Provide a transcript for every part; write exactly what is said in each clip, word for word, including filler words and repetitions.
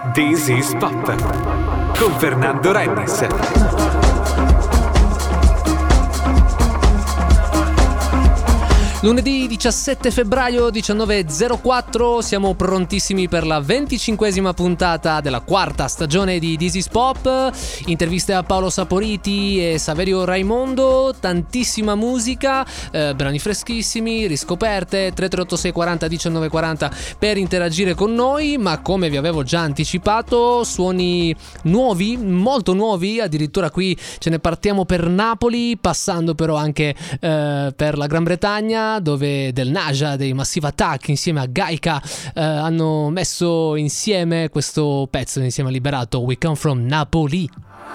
This is Pop con Fernando Rennis. Lunedì diciassette febbraio diciannove e zero quattro, siamo prontissimi per la venticinquesima puntata della quarta stagione di This is Pop. Interviste a Paolo Saporiti e Saverio Raimondo, tantissima musica, eh, brani freschissimi, riscoperte. Tre tre otto sei quaranta diciannove quaranta per interagire con noi, ma come vi avevo già anticipato, suoni nuovi, molto nuovi, addirittura qui ce ne partiamo per Napoli, passando però anche eh, per la Gran Bretagna, dove Del Naja dei Massive Attack insieme a Gaika eh, hanno messo insieme questo pezzo insieme a Liberato, We Come From Napoli.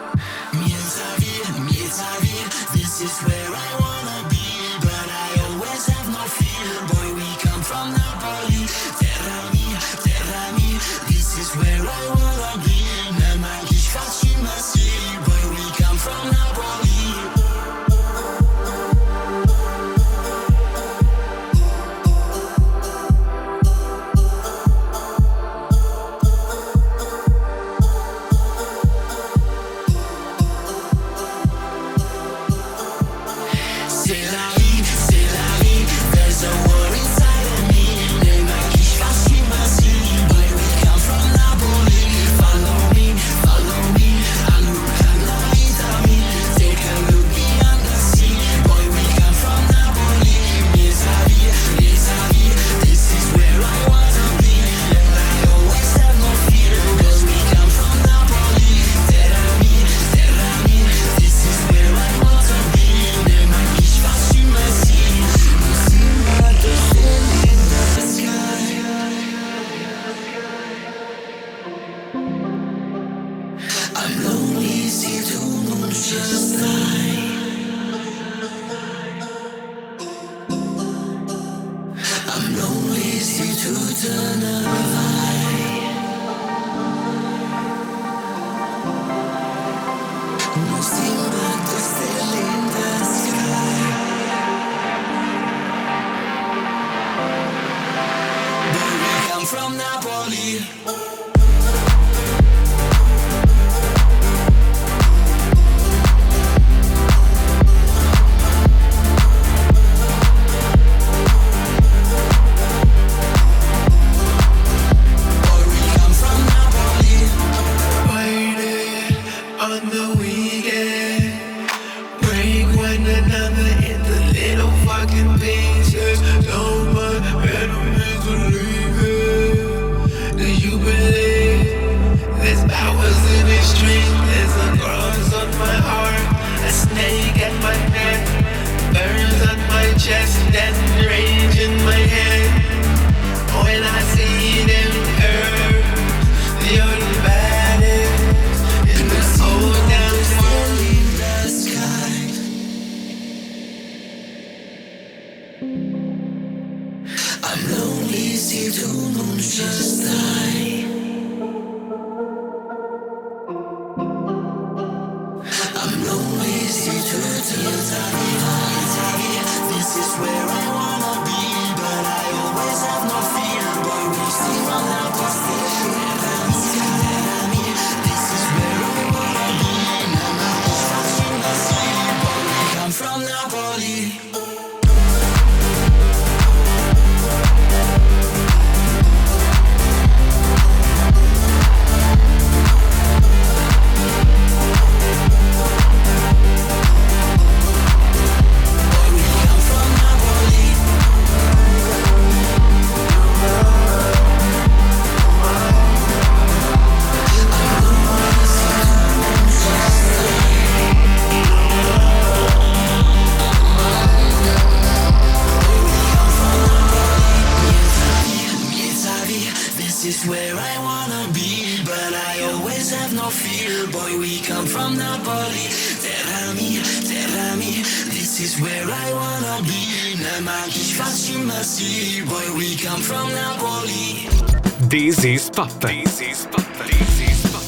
This is Pop. This is Pop. This is Pop.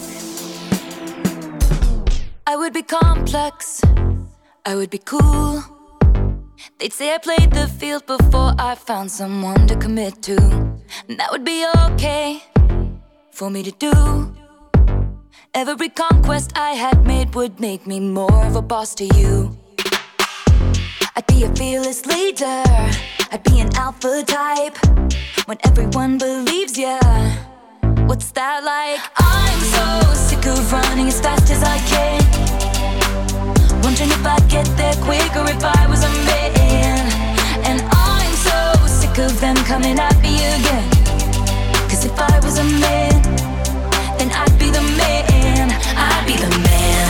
I would be complex, I would be cool. They'd say I played the field before I found someone to commit to. And that would be okay, for me to do. Every conquest I had made would make me more of a boss to you. I'd be a fearless leader, I'd be an alpha type. When everyone believes ya, what's that like? I'm so sick of running as fast as I can, wondering if I'd get there quicker if I was a man. And I'm so sick of them coming at me again, 'cause if I was a man, then I'd be the man, I'd be the man,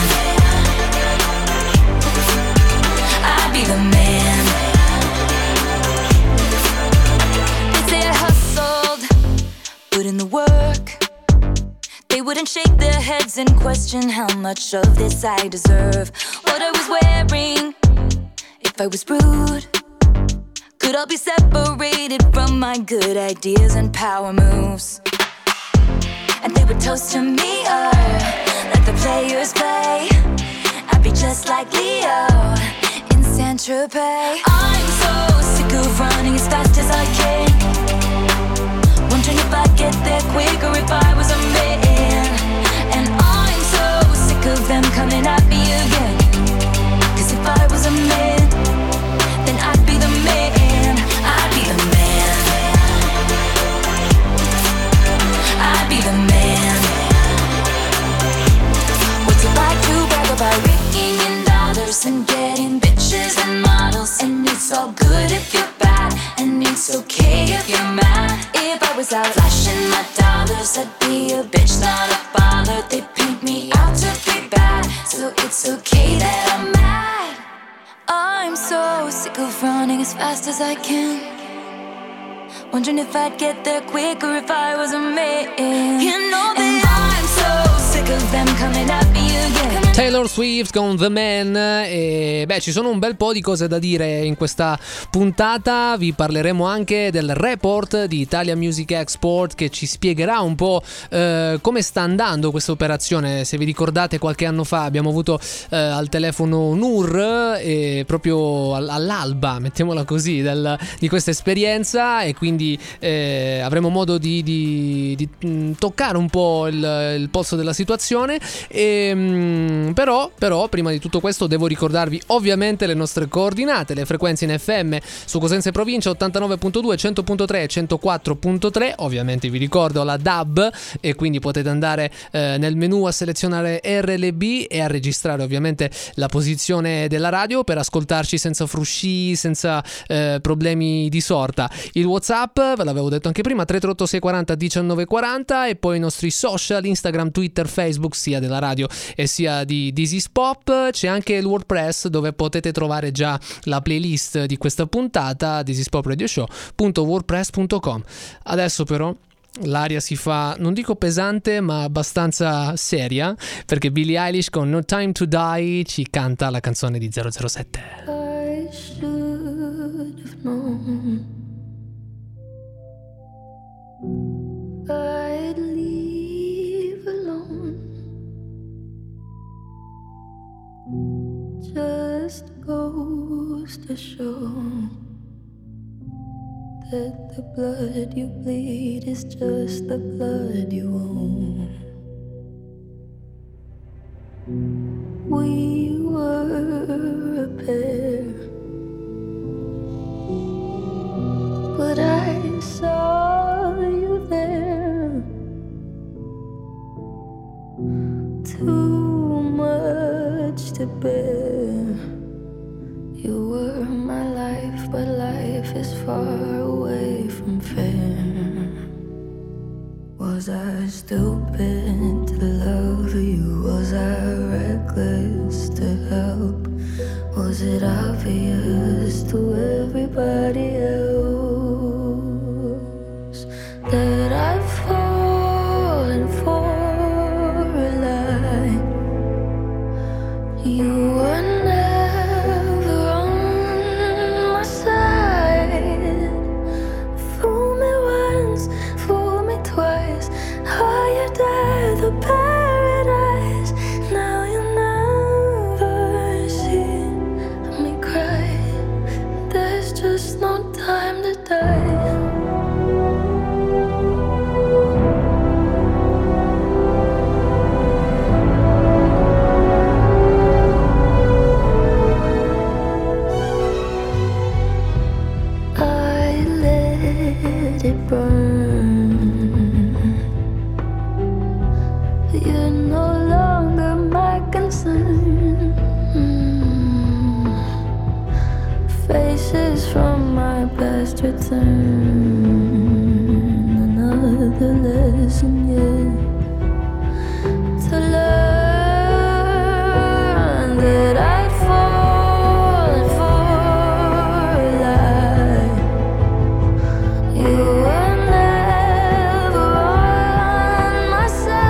I'd be the man. They'd say I hustled, put in the work. They wouldn't shake their heads and question how much of this I deserve. What I was wearing, if I was rude, could all be separated from my good ideas and power moves. And they would toast to me, oh, let the players play. I'd be just like Leo in Saint-Tropez. I'm so sick of running as fast as I can, wondering if I'd get there quicker if I was a man. And I'm so sick of them coming at me again, 'cause if I was a man, then I'd be the man, I'd be the man, I'd be the man. What's it like to brag about raking in dollars and getting bitches and models? And it's all good if you're bad, and it's okay if you're mad. If I was out flashing my dollars, I'd be a bitch, not a bother. They paint me out to be bad, so it's okay that I'm mad. I'm so sick of running as fast as I can, wondering if I'd get there quicker if I was a man. You know that I'm so sick of them coming at me again. Taylor Swift con The Man. E beh, ci sono un bel po' di cose da dire in questa puntata. Vi parleremo anche del report di Italia Music Export, che ci spiegherà un po' eh, come sta andando questa operazione. Se vi ricordate, qualche anno fa abbiamo avuto eh, al telefono Nur, e proprio all'alba, mettiamola così, del, di questa esperienza, e quindi eh, avremo modo di, di, di mh, toccare un po' il, il polso della situazione. E, mh, Però, però, prima di tutto questo devo ricordarvi ovviamente le nostre coordinate, le frequenze in F M su Cosenza Provincia ottantanove virgola due, cento virgola tre e centoquattro virgola tre. Ovviamente vi ricordo la D A B, e quindi potete andare eh, nel menu a selezionare R L B e a registrare ovviamente la posizione della radio per ascoltarci senza frusci, senza eh, problemi di sorta. Il WhatsApp, ve l'avevo detto anche prima, tre tre otto sei quaranta diciannove quaranta, e poi i nostri social, Instagram, Twitter, Facebook, sia della radio e sia di This Is Pop. C'è anche il WordPress, dove potete trovare già la playlist di questa puntata, this is pop radio show punto wordpress punto com. Adesso però l'aria si fa, non dico pesante, ma abbastanza seria, perché Billie Eilish con No Time to Die ci canta la canzone di zero zero sette. I should have known I'd leave alone. Just goes to show that the blood you bleed is just the blood you own. We were a pair, but I saw you there. Too much to bear. You were my life, but life is far away from fair. Was I stupid to love you? Was I reckless to help? Was it obvious to everybody else that I've fallen for a lie? You were never on my side. Fool me once, fool me twice. Hired at the paradise. Now you never see me cry. There's just no time. Voices from my past return. Another lesson yet to learn that I'd fallen for a lie. You were never on my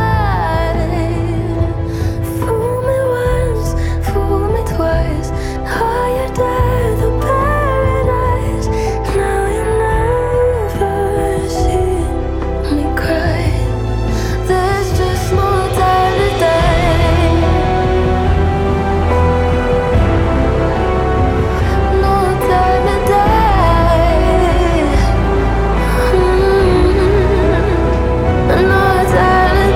side. Fool me once, fool me twice. Now you're dead, the paradise. Now you never see me cry. There's just no time to die. No time to die. Mm. No time to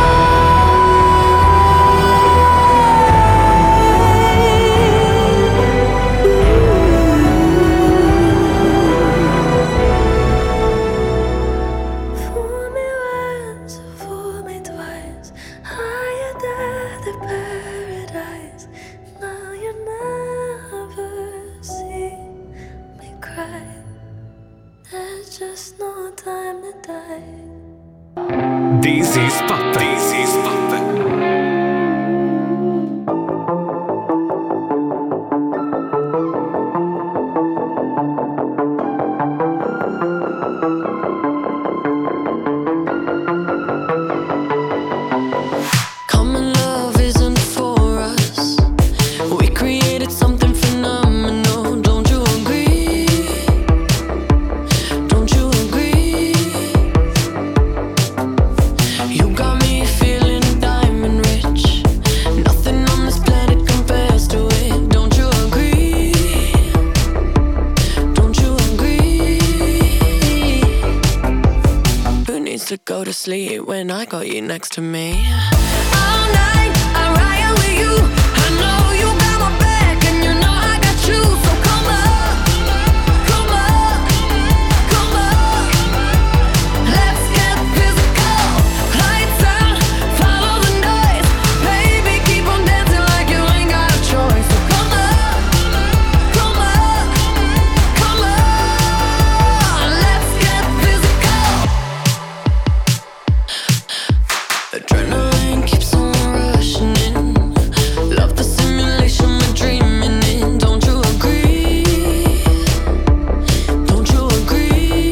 Fool me once, fool me twice. Higher than the paradise. Now you never see me cry. There's just no time to die. This is Pop. This is Pop. Common love isn't for us. We created something phenomenal. Don't you agree? Don't you agree? You got me feeling diamond rich. Nothing on this planet compares to it. Don't you agree? Don't you agree? Who needs to go to sleep when I got you next to me? All night I ride with you. I know you got my back and you know I got you. So come up, come up, come up. Let's get physical. Lights out, follow the noise. Baby, keep on dancing like you ain't got a choice. So come up, come up, come on. Let's get physical. Adrenaline keeps on rushing in. Love the simulation we're dreaming in. Don't you agree? Don't you agree?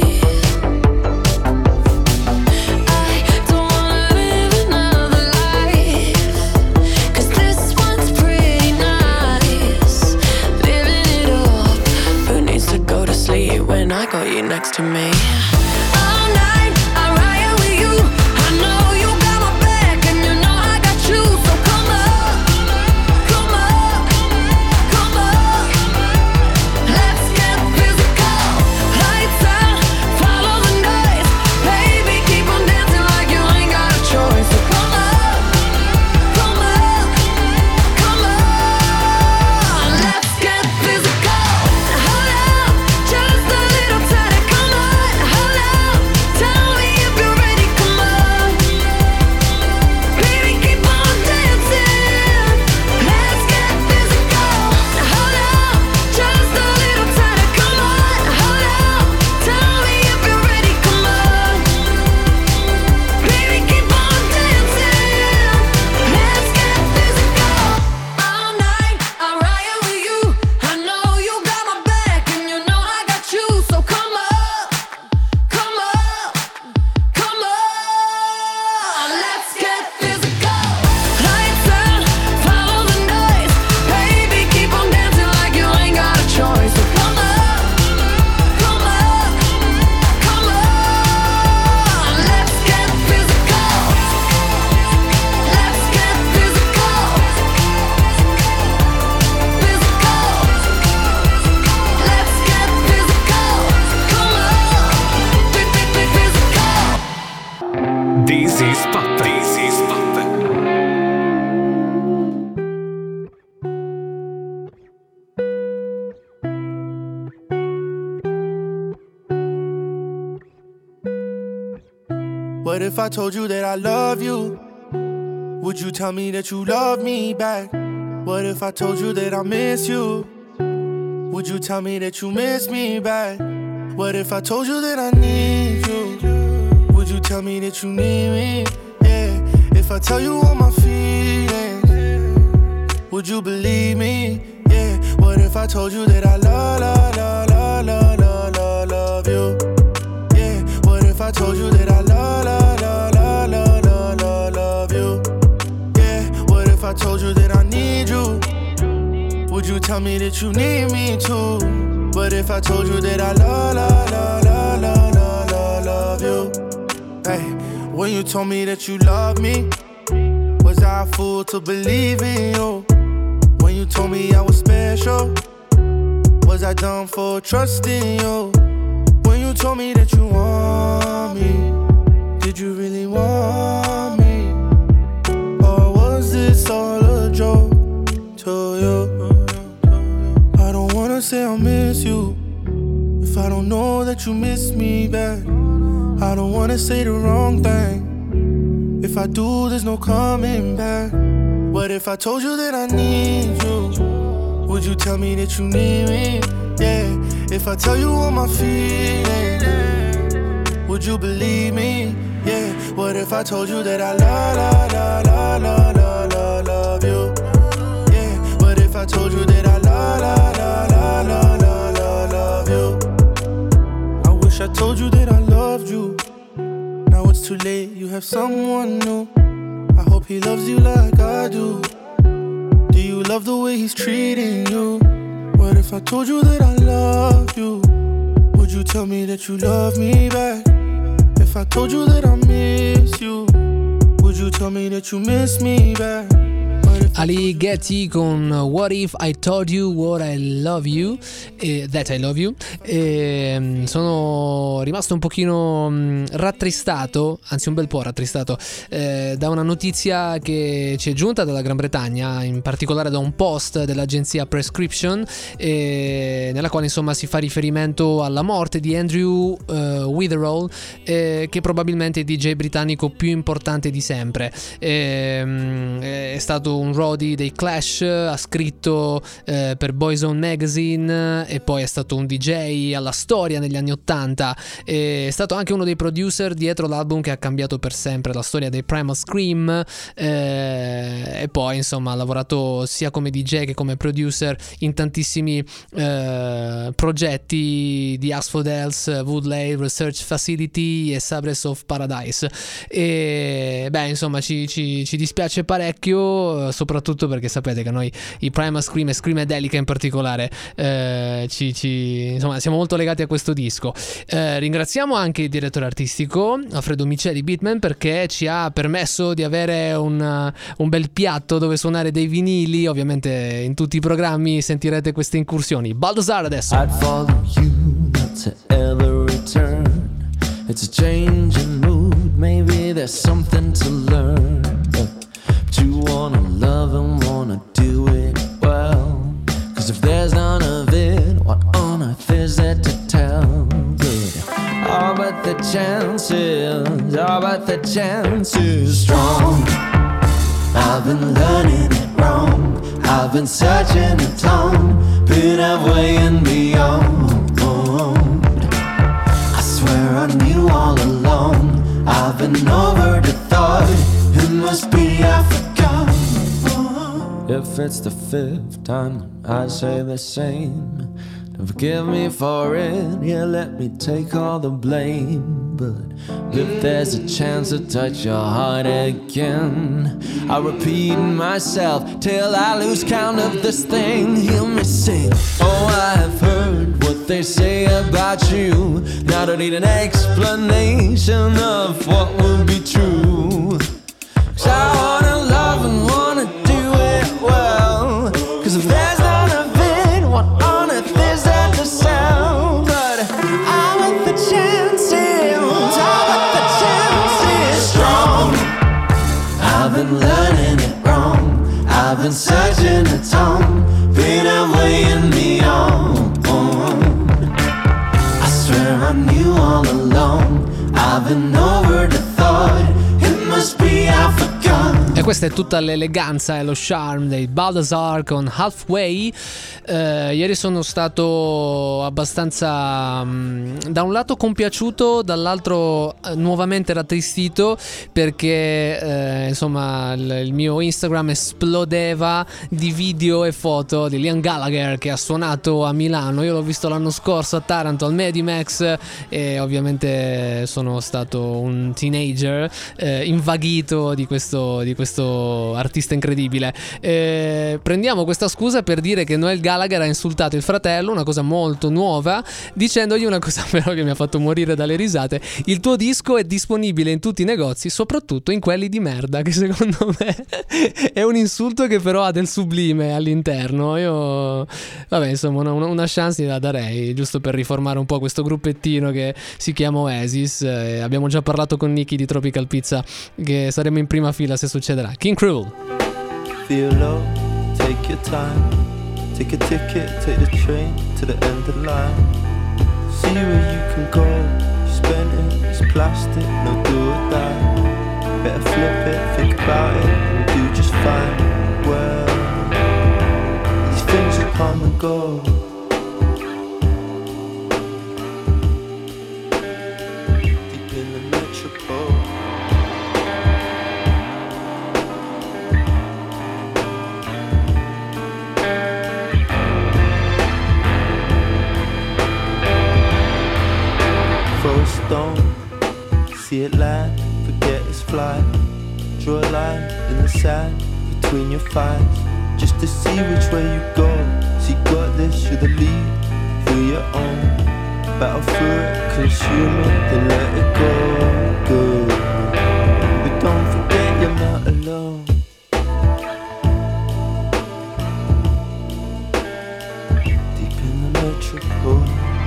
I don't wanna live another life, 'cause this one's pretty nice. Living it up. Who needs to go to sleep when I got you next to me? All night I ride with you. I know you got my back and you know I got you. So come up, come up, come up. Let's get physical. Lights out, follow the noise. Baby, keep on dancing like you ain't got a choice. So come up, come up, come on. Let's get physical. Hold up, just a little tighter. Come on, hold up. Tell me if you're ready. Come on, baby, keep on dancing. Let's get physical. Hold up, just a little tighter. Come on, hold up. Tell me if you're ready. Come on, baby, keep on dancing. Let's get physical. All night I ride with you. I know you got my back and you know I got you. So come up, come up, come on. Let's get physical. Lights out, follow the noise. Baby, keep on dancing like you ain't got a choice. So come up, come up, come on. Let's get physical. Let's get physical. Physical. Let's get physical. Come on. Physical. This is Pop. This is Pop. What if I told you that I love you? Would you tell me that you love me back? What if I told you that I miss you? Would you tell me that you miss me back? What if I told you that I need you? Would you tell me that you need me? Yeah. If I tell you all my feelings, would you believe me? Yeah. What if I told you that I love, love, love, love, love, love, love, love you? Yeah. What if I told you that I love, love, love, love, love, love, love, love you? Yeah. What if I told you that I need you? Would you tell me that you need me too? But if I told you that I love, love, love, love, love, love, love, love you? Hey, when you told me that you love me, was I a fool to believe in you? When you told me I was special, was I dumb for trusting you? When you told me that you want me, did you really want me? Or was this all a joke to you? I don't wanna say I miss you if I don't know that you miss me back. I don't wanna say the wrong thing. If I do, there's no coming back. What if I told you that I need you? Would you tell me that you need me? Yeah. If I tell you all my feelings, would you believe me? Yeah. What if I told you that I love, love, love, love, love, love, love you? Yeah. What if I told you that I love, love, love, love, love, love, love you? I wish I told you that I loved you. Now it's too late, you have someone new. I hope he loves you like I do. Do you love the way he's treating you? What if I told you that I love you? Would you tell me that you love me back? If I told you that I miss you, would you tell me that you miss me back? Ali Getty con What If I Told You What I Love You, eh, That I Love You. E sono rimasto un pochino mh, rattristato, anzi un bel po' rattristato, eh, da una notizia che ci è giunta dalla Gran Bretagna, in particolare da un post dell'agenzia Prescription, eh, nella quale insomma si fa riferimento alla morte di Andrew eh, Witherall, eh, che probabilmente è il D J britannico più importante di sempre. Eh, è stato un roadie dei Clash, ha scritto eh, per Boyzone Magazine e poi è stato un D J alla storia negli anni ottanta, è stato anche uno dei producer dietro l'album che ha cambiato per sempre la storia dei Primal Scream, eh, e poi insomma ha lavorato sia come D J che come producer in tantissimi eh, progetti di Asphodels, Woodley Research Facility e Sabres of Paradise. E beh, insomma ci, ci, ci dispiace parecchio, soprattutto perché sapete che noi i Primal Scream e Screamadelica in particolare eh, ci, ci, insomma siamo molto legati a questo disco. Eh, ringraziamo anche il direttore artistico Alfredo Miceli Beatman, perché ci ha permesso di avere un, un bel piatto dove suonare dei vinili. Ovviamente in tutti i programmi sentirete queste incursioni. Baldassare adesso. I'd follow you, not to ever return. It's a change in mood, maybe there's something to learn. But you wanna love and wanna do it well. Cause if there's none of it, what on earth is there to tell? Yeah. Oh, but the chances, oh, but the chances strong. I've been learning it wrong. I've been searching the tone, been halfway and beyond. I swear I knew all along. I've been over the thought. It must be I forgot. If it's the fifth time I say the same, then forgive me for it. Yeah, let me take all the blame. But if there's a chance to touch your heart again, I'll repeat myself till I lose count of this thing. Hear me sing. Oh, I've heard what they say about you. Now I don't need an explanation of what would be true. Cause I wanna love and wanna do it well. Cause if there's none of it, what on earth is there to sell? But I want the chances, I want the chances strong. I've been learning it wrong. I've been searching the tone, been halfway and beyond. I swear I knew all along. I've been over the thought. It must be I forgot. E questa è tutta l'eleganza e lo charme dei Balthazar con Halfway. Eh, ieri sono stato abbastanza mh, da un lato compiaciuto, dall'altro eh, nuovamente rattristito, perché eh, insomma il, il mio Instagram esplodeva di video e foto di Liam Gallagher che ha suonato a Milano. Io l'ho visto l'anno scorso a Taranto al Medimax e ovviamente sono stato un teenager eh, invaghito di questo, di questo artista incredibile. Eh, prendiamo questa scusa per dire che Noel Gallagher ha insultato il fratello, una cosa molto nuova, dicendogli una cosa però che mi ha fatto morire dalle risate: il tuo disco è disponibile in tutti i negozi, soprattutto in quelli di merda, che secondo me è un insulto che però ha del sublime all'interno. Io vabbè, insomma, una, una chance la darei, giusto per riformare un po' questo gruppettino che si chiama Oasis. Eh, abbiamo già parlato con Nicky di Tropical Pizza che saremo in prima fila se succederà. King Cruel. Feel low, take your time. Take a ticket, take the train to the end of the line. See where you can go. You spent it, it's plastic, no do or die. Better flip it, think about it, and do just fine. Well, these things will come and go. Deep in the metropole. Stone, see it land, forget its flight. Draw a line in the sand between your thighs, just to see which way you go. So you got this, you're the lead, feel your own. Battle through it, consume it, then let it go. Good, but don't forget you're not alone. Deep in the metropole.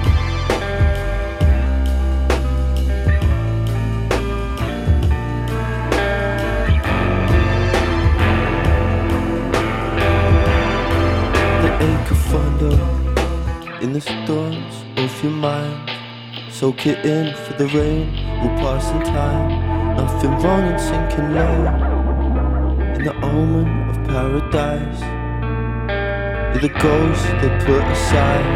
In the storms of your mind, soak it in for the rain will pass in time. Nothing wrong in sinking low in the omen of paradise. You're the ghost they put aside,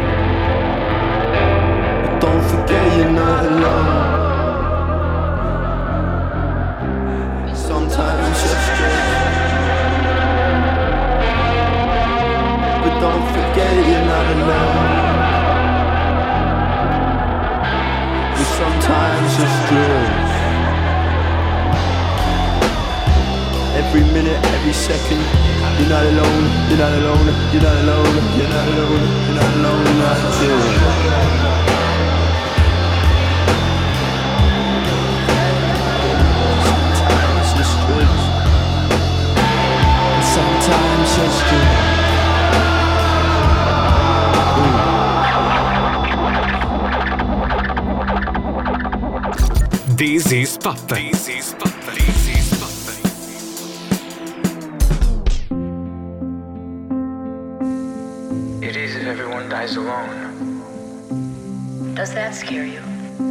but don't forget you're not alone. Sometimes it's just strange, but don't forget you're not alone. Sometimes it's strange. Every minute, every second, you're not alone, you're not alone, you're not alone, you're not alone, you're not alone, you're not alone. Sometimes it's strange. Sometimes it's strange. This is Papa. This is Papa. This is Papa. It is if everyone dies alone. Does that scare you?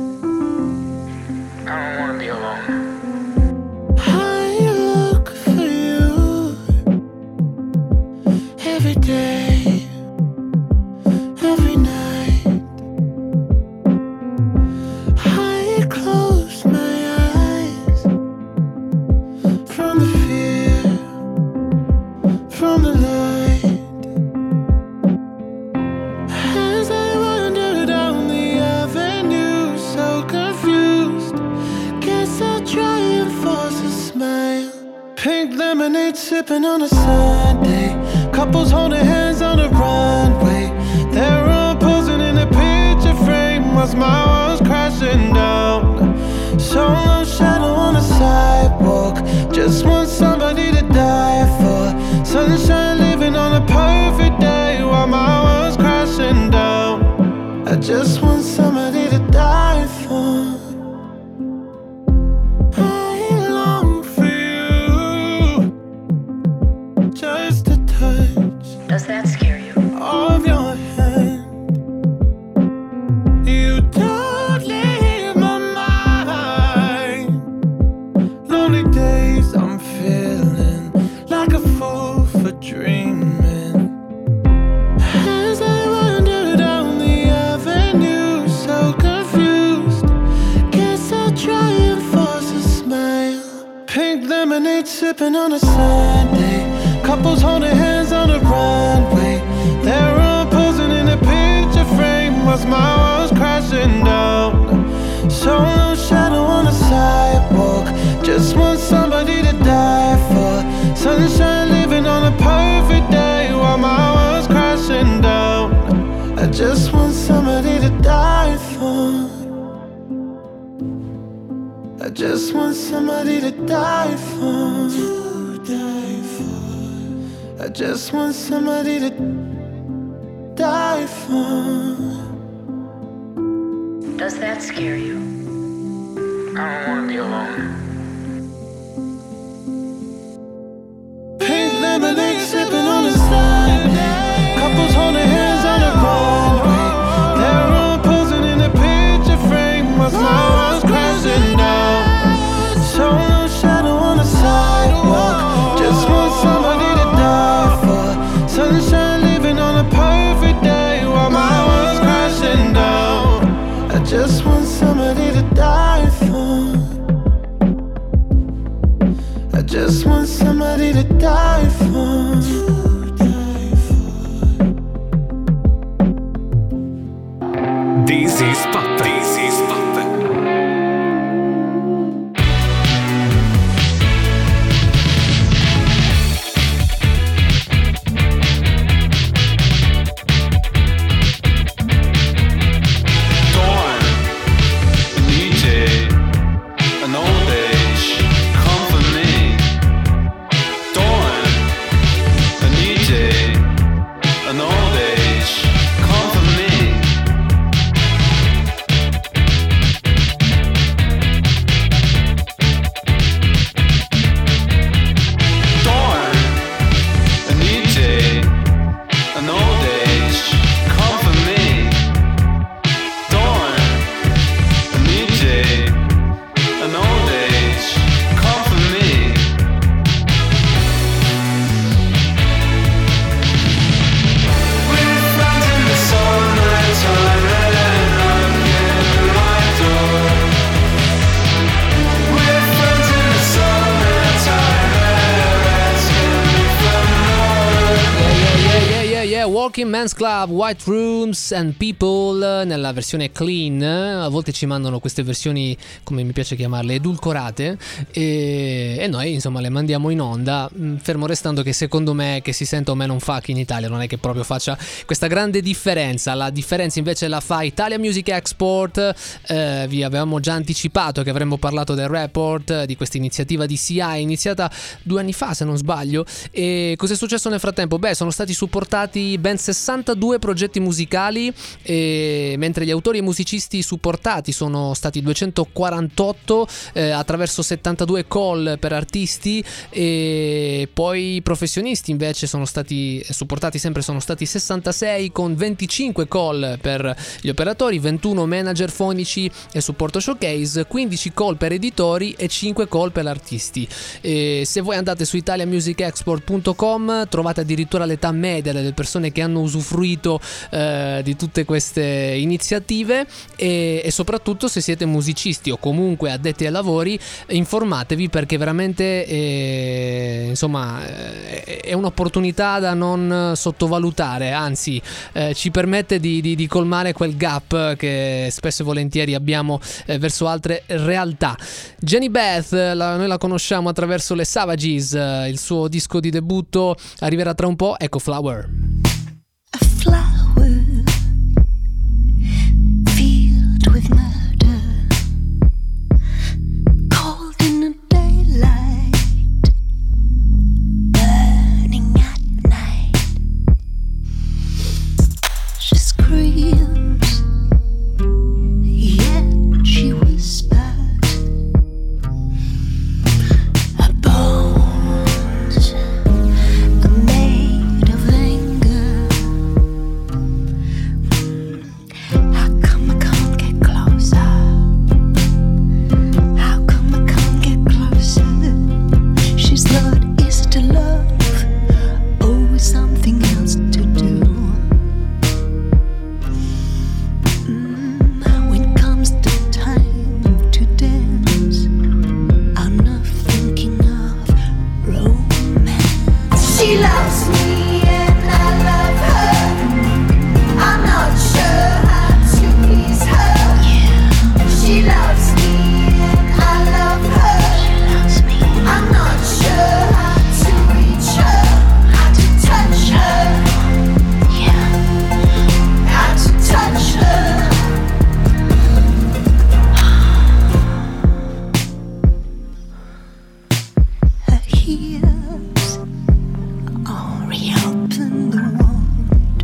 I don't want to be alone. I look for you every day, every night. I close my eyes from the fear, from the light. As I wander down the avenue, so confused, guess I'll try and force a smile. Pink lemonade sipping on a Sunday, couples holding hands on the runway. They're all posing in a picture frame as my walls crashing down. Solo shadow on the sidewalk, just want somebody to die for. Sunshine living on a perfect day while my world's crashing down. I just want somebody to die for. I long for you, just a touch. Does that scare you? Of your hand. You don't leave my mind. Pink lemonade sipping on a Sunday. Couples holding hands on the runway. They're all posing in a picture frame whilst my world's crashing down. Solo shadow on the sidewalk. Just want somebody to die for. Sunshine living on a perfect day while my world's crashing down. I just want somebody to die for. I just want somebody to die for. To die for. I just want somebody to die for. Does that scare you? I don't want to be alone. Pink lemonade sipping on the Sunday. Couples holding hands on the runway. They're all posing in a picture frame whilst my world's crashing down. Solo shadow on the sidewalk. Just want somebody to die for. Sunshine living on a perfect day while my world's crashing down. I just want somebody to die for. I just want somebody to die for. This is Pop. This is Pop. Walking Men's Club, White Rooms and People nella versione clean. A volte ci mandano queste versioni, come mi piace chiamarle, edulcorate, e, e noi insomma le mandiamo in onda, fermo restando che secondo me, che si senta o meno un fuck in Italia, non è che proprio faccia questa grande differenza. La differenza invece la fa Italia Music Export. Eh, vi avevamo già anticipato che avremmo parlato del report, di questa iniziativa di C I iniziata due anni fa se non sbaglio. E cos'è successo nel frattempo? Beh, sono stati supportati ben sessantadue progetti musicali, e mentre gli autori e musicisti supportati sono stati duecentoquarantotto eh, attraverso settantadue call per artisti, e poi i professionisti invece sono stati supportati sempre sono stati sessantasei con venticinque call per gli operatori, ventuno manager fonici e supporto showcase, quindici call per editori e cinque call per artisti. E se voi andate su italia music export punto com trovate addirittura l'età media delle persone che hanno usufruito eh, di tutte queste iniziative, e, e soprattutto se siete musicisti o comunque addetti ai lavori, informatevi, perché veramente eh, insomma eh, è un'opportunità da non sottovalutare, anzi eh, ci permette di, di, di colmare quel gap che spesso e volentieri abbiamo eh, verso altre realtà. Jenny Beth, la, noi la conosciamo attraverso le Savages, eh, il suo disco di debutto arriverà tra un po', ecco Flower. A flower filled with murder, cold in the daylight, burning at night. She screams, yet she whispers. Her bones are made of anger. She loves me and I love her. I'm not sure how to please her. She loves me and I love her. I'm not sure how to reach her, how to touch her, how to touch her. Her ears are reopened the wound,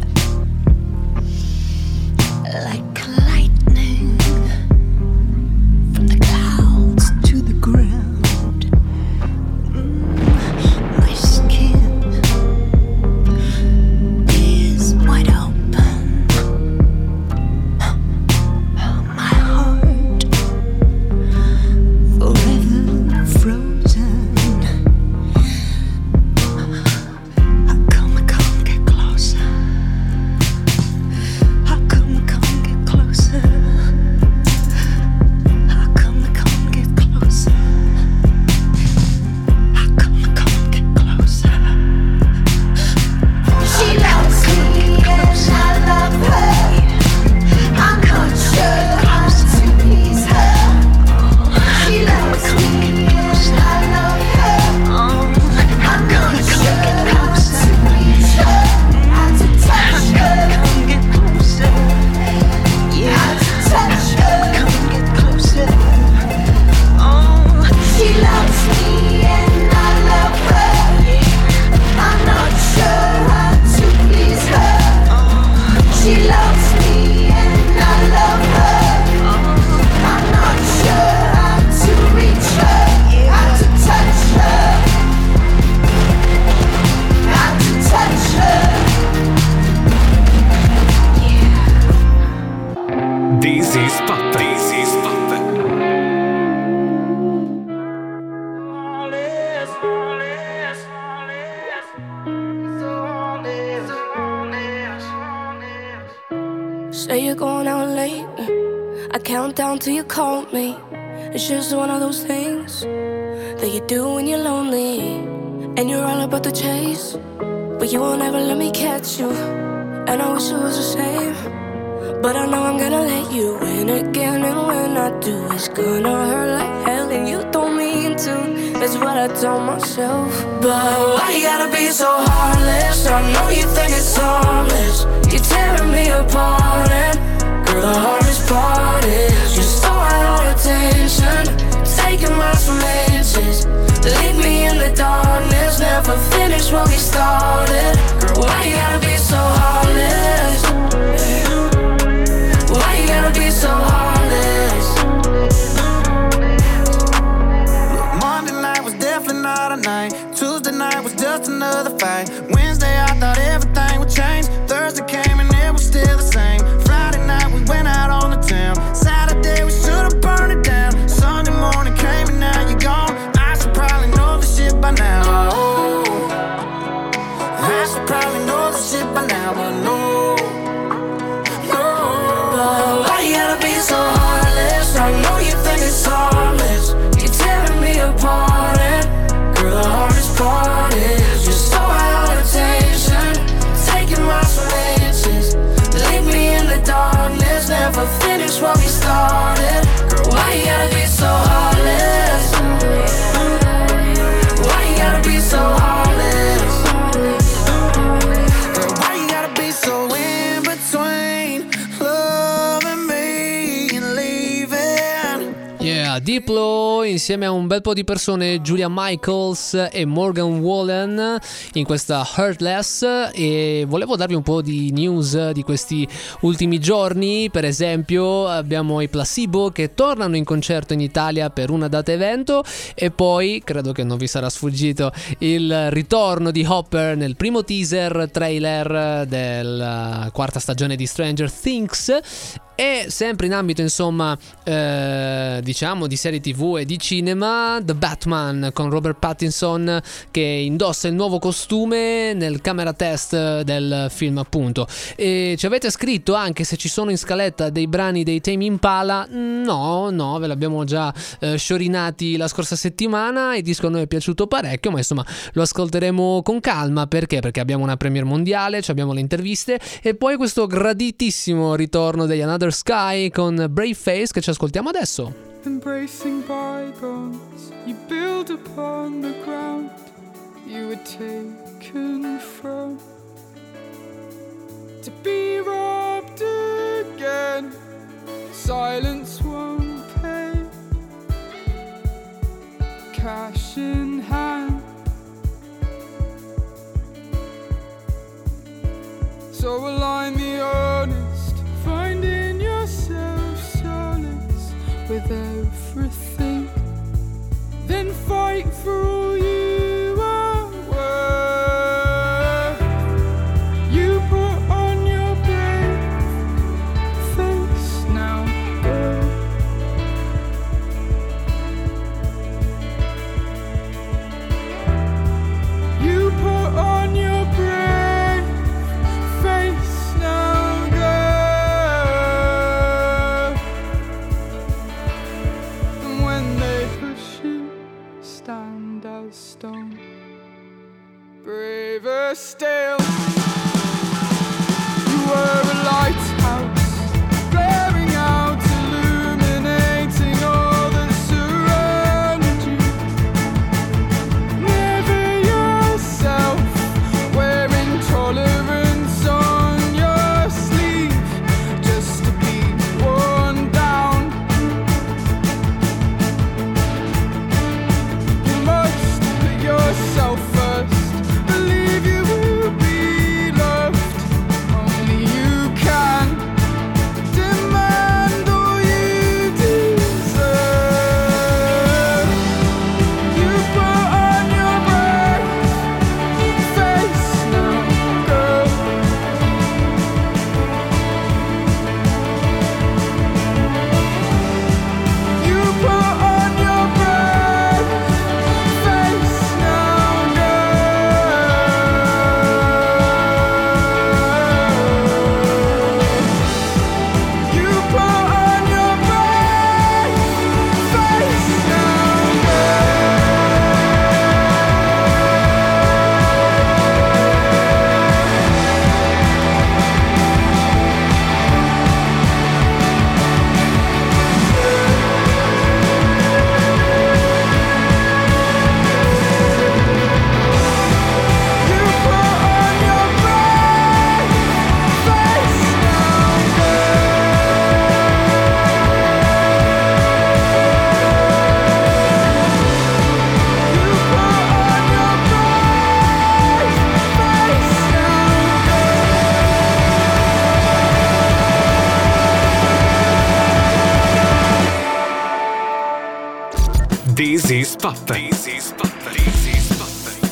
like lightning from the clouds to the ground. Mm, my skin is wide open. My heart forever frozen. How come I can't get closer? How come I can't get closer? How come I can't get closer? How come I can't get closer? She loves me and I love her. I'm not sure how to please her. She loves me and I love her. I'm not sure how to reach her, how to touch her, how to touch her. She loves me and I love her. I'm not sure how to please her. She loves me and I love her. I'm not sure how to reach her, how to touch her, how to touch her. This is Pop. This is Pop. Say you're going out late. I count down till you call me. It's just one of those things that you do when you're lonely. And you're all about the chase, but you won't ever let me catch you. And I wish it was the same, but I know I'm gonna let you in again. And when I do, it's gonna hurt like hell. And you don't mean to, that's what I told myself. But why you gotta be so heartless? I know you think it's harmless. You're tearing me apart, and girl, the hardest part is you're so out of attention, taking my inches, leave me in the darkness, never finish what we started. Girl, why you gotta be so heartless? Why you gotta be so heartless? Monday night was definitely not a night. Tuesday night was just another fight. Wednesday I thought everything would change. Thursday came and it was still the same. Friday night we went out on the town. Saturday we should've burned it down. Sunday morning came and now you're gone. I should probably know the shit by now. Oh, I should probably know the shit by now, but no, no. But why you gotta be so heartless? I know you think it's harmless. You're tearing me apart, and girl, the hardest part is you're so out of attention, taking my inches, leave me in the darkness, never finish what we started. Girl, why you gotta be so heartless? Why you gotta be so heartless? Girl, why you gotta be so in between loving me and leaving? Yeah, Diplo insieme a un bel po' di persone, Julia Michaels e Morgan Wallen, in questa Heartless. E volevo darvi un po' di news di questi ultimi giorni. Per esempio abbiamo i Placebo che tornano in concerto in Italia per una data evento, e poi credo che non vi sarà sfuggito il ritorno di Hopper nel primo teaser trailer della quarta stagione di Stranger Things. E sempre in ambito insomma eh, diciamo di serie tv e di cinema, The Batman con Robert Pattinson che indossa il nuovo costume nel camera test del film appunto. E ci avete scritto anche se ci sono in scaletta dei brani dei Tame Impala. No, no, ve l'abbiamo già eh, sciorinati la scorsa settimana. Il disco a noi è piaciuto parecchio, ma insomma lo ascolteremo con calma. Perché? Perché abbiamo una premiere mondiale, abbiamo le interviste e poi questo graditissimo ritorno degli Another Sky con Brave Face che ci ascoltiamo adesso. Embracing bygones, you build upon the ground you were taken from, to be robbed again. Silence won't pay, cash in hand. So align the honest, finding yourself solace with everything, then fight for all you are worth. You put on your brave face, now go. You put on your brave face, now go. And when they push you, stand as stone, braver still. You were a lighthouse, blaring out, illuminating all that surrounded you. Never yourself, wearing tolerance on your sleeve, just to be worn down. You must put yourself first, believe you will be loved. Only you can demand all you deserve. You put on your brave face, now go. You put on your brave face, now go. You put on your brave face, now go. You put on your brave face, now go. You put on your brave face, now go. This is Pop. This is Pop. This is Pop.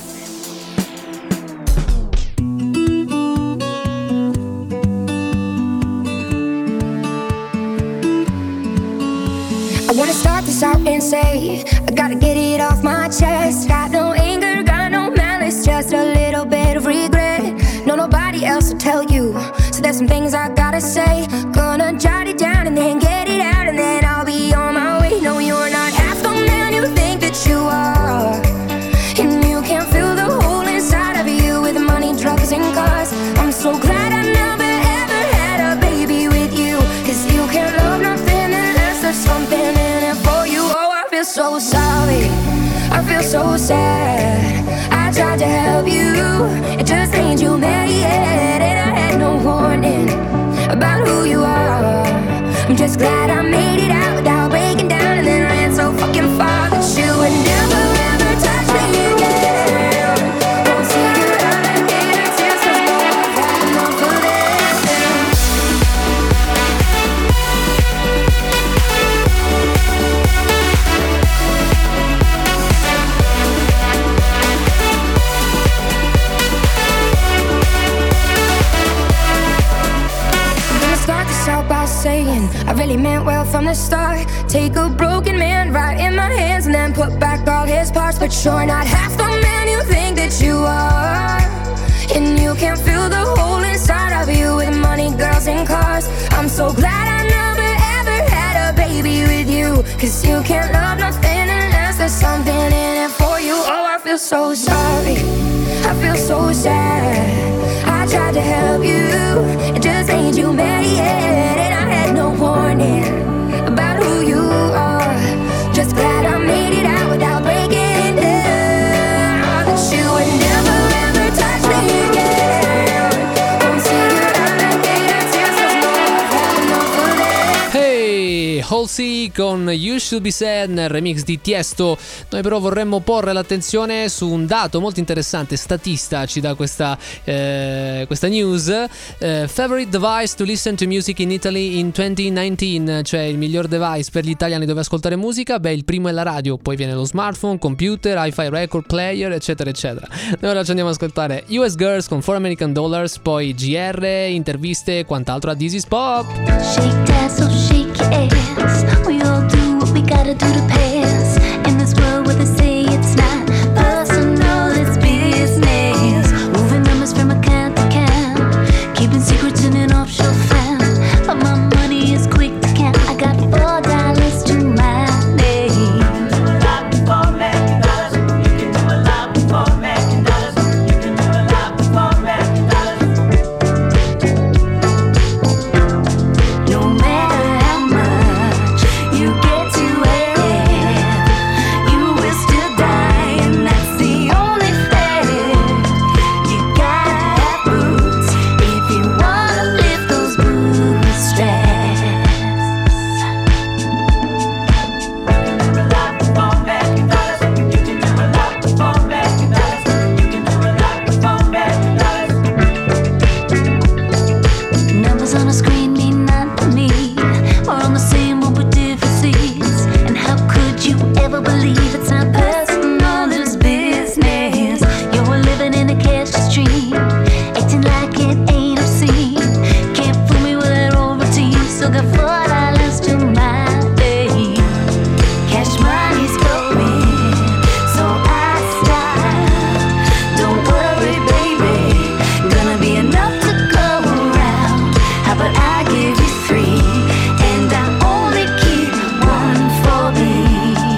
I wanna start this out and say I gotta get it off my chest. Got no anger, got no malice, just a little bit of regret. No, nobody else will tell you, so there's some things I gotta say. Gonna jot it down and then get it out, and then I'll be on my way. No, you're not half the man you think that you are, and you can't fill the hole inside of you with money, drugs, and cars. I'm so glad I never ever had a baby with you, 'cause you can't love nothing unless there's something in it for you. Oh, I feel so sorry, I feel so sad. I tried to help you, it just ain't you made it, and I had no warning about who you are. I'm just glad I made it out without breaking down, and then ran so fucking far that you would never ever touch me again. Won't see you out and get a chance, 'cause no, I've had enough of this. I'm gonna start this out by saying meant well from the start. Take a broken man right in my hands and then put back all his parts. But you're not half the man you think that you are. And you can't fill the hole inside of you with money, girls, and cars. I'm so glad I never ever had a baby with you. Cause you can't love nothing unless there's something in it for you. Oh, I feel so sorry, I feel so sad. I tried to help you, it just ain't you made it. And I had no warning about who you are. Just glad I made it out without breaking it down. That you would never ever touch me again. Don't see you around again, your tears, there's no I've had enough of that. Hey, Halsey con You Should Be Sad nel remix di Tiesto. Noi però vorremmo porre l'attenzione su un dato molto interessante. Statista ci dà questa, eh, questa news. eh, Favorite device to listen to music in Italy in twenty nineteen, cioè il miglior device per gli italiani dove ascoltare musica. Beh, il primo è la radio, poi viene lo smartphone, computer, hi-fi record player, eccetera eccetera. Noi ora ci andiamo ad ascoltare U S Girls con four American Dollars, poi G R, interviste e quant'altro a This Is Pop. Shake that, so shake your ass. We all do what we gotta do to pass. In this world where they say it's not personal, it's business. Moving numbers from account to account, keeping secrets in an offshore file. But my money is quick to count. I got four dollars to my name. You can do a lot before making dollars. You can do a lot before making dollars. You can do a lot before making dollars. No matter how much you get to have, you will still die, and that's the only fair. You gotta have boots if you wanna lift those bootstraps. You can do a lot before making dollars. You can do a lot before making dollars. You can do a lot before making dollars. Numbers on a screen mean nothing to me. We're on the same one with different seats. And how could you ever believe it's not personal, it's business? You're living in a cash stream, acting like it ain't obscene. Can't fool me with that old routine. Still got four dollars to my name. Cash money's flowing, so I stop. Don't worry, baby, gonna be enough to go around. How about I give you three, and I only keep one for me.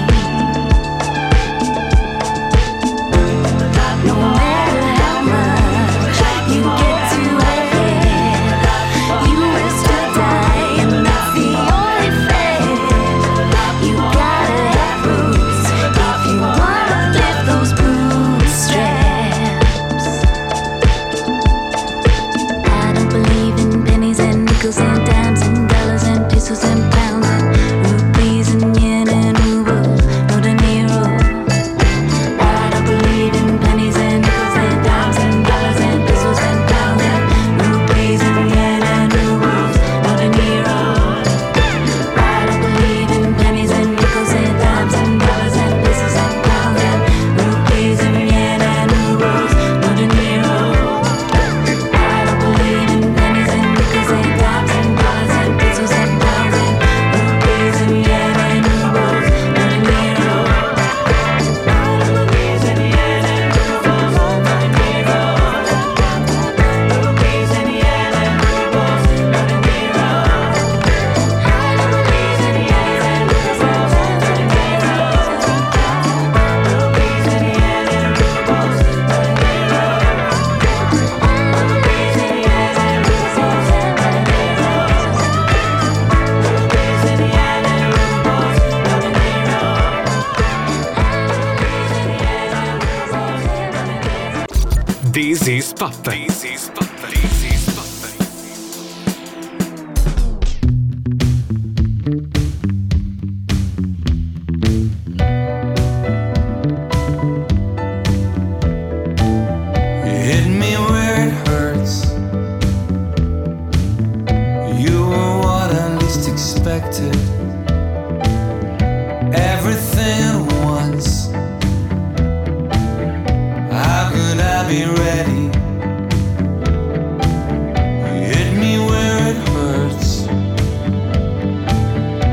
No matter how much you get to have, you will still die, and that's the only fair. You gotta have roots if you wanna lift those bootstraps. I don't believe in pennies and nickels and dimes and dollars and pesos and pounds and rupees and yen and rubles, no dinero. I don't believe in pennies and nickels and dimes and dollars and pesos and pounds and rupees and yen and rubles, no dinero. I don't believe in pennies and nickels and dimes and dollars and pesos and pounds and rupees and yen and rubles, no dinero. I don't believe in pennies and nickels and dimes and dollars and pesos and pounds and rupees and yen and rubles, no dinero. Rupees and yen and rubles, no dinero. Rupees and yen and rubles, no dinero. Rupees and yen and rubles, no dinero. Rupees and yen and rubles, no This is Pop. This is Pop. This is Pop. Hit me where it hurts. You were what I least expected. Everything at once. How could I be ready? You hit me where it hurts.